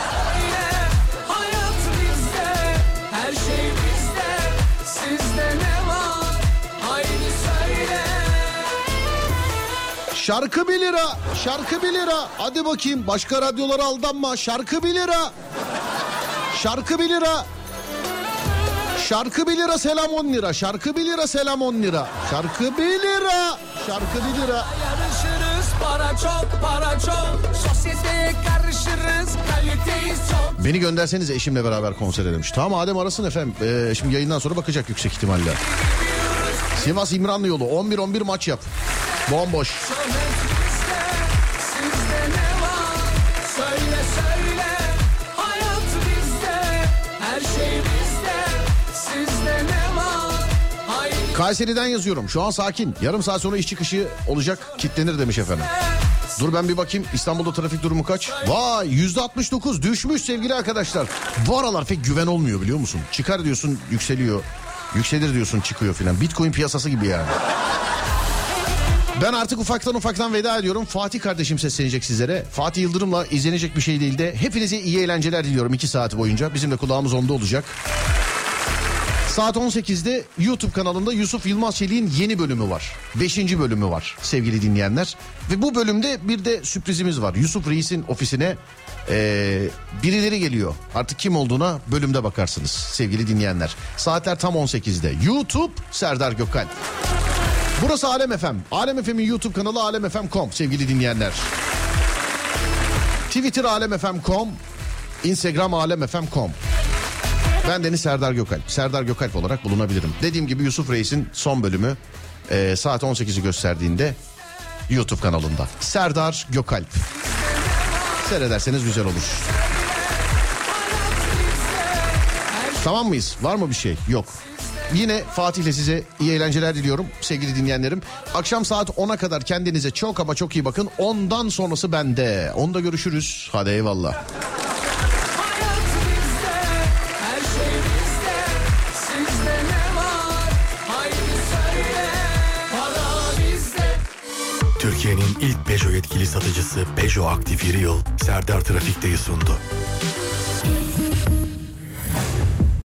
Şarkı 1 lira, şarkı 1 lira. Hadi bakayım, başka radyolara aldanma. Şarkı 1 lira. Şarkı 1 lira. Şarkı 1 lira, selam 10 lira. Şarkı 1 lira, selam 10 lira. Şarkı 1 lira. Şarkı 1 lira. Yarışırız, para çok, para çok. Sosyeteye karışırız, kaliteyiz çok. Beni gönderseniz eşimle beraber konsere demiş. Tamam, Adem arasın efendim. Şimdi yayından sonra bakacak yüksek ihtimalle. Sivas İmranlı yolu 11-11 maç yap. Bomboş. Kayseri'den yazıyorum. Şu an sakin. Yarım saat sonra iş çıkışı olacak. Kitlenir demiş efendim. Dur ben bir bakayım. İstanbul'da trafik durumu kaç? Vay %69 düşmüş sevgili arkadaşlar. Bu aralar pek güven olmuyor biliyor musun? Çıkar diyorsun yükseliyor. Yükselir diyorsun çıkıyor filan. Bitcoin piyasası gibi yani. Ben artık ufaktan veda ediyorum. Fatih kardeşim seslenecek sizlere. Fatih Yıldırım'la izlenecek bir şey değil de hepinize iyi eğlenceler diliyorum 2 saat boyunca. Bizim de kulağımız onda olacak. Saat 18'de YouTube kanalında Yusuf Yılmaz Çelik'in yeni bölümü var. 5. bölümü var sevgili dinleyenler. Ve bu bölümde bir de sürprizimiz var. Yusuf Reis'in ofisine birileri geliyor. Artık kim olduğuna bölümde bakarsınız sevgili dinleyenler. Saatler tam 18'de. YouTube Serdar Gökalp. Burası Alem FM. Alem FM'in YouTube kanalı alemfm.com sevgili dinleyenler. Twitter alemfm.com, Instagram alemfm.com. Ben Deniz Serdar Gökalp. Serdar Gökalp olarak bulunabilirim. Dediğim gibi Yusuf Reis'in son bölümü saat 18'i gösterdiğinde YouTube kanalında. Serdar Gökalp. Seyrederseniz güzel olur. Tamam mıyız? Var mı bir şey? Yok. Yine Fatih'le size iyi eğlenceler diliyorum sevgili dinleyenlerim. Akşam saat 10'a kadar kendinize çok ama çok iyi bakın. Ondan sonrası bende. Onda görüşürüz. Hadi eyvallah. Türkiye'nin ilk Peugeot yetkili satıcısı Peugeot Aktif İri Yıl Serdar Trafik'teyi sundu.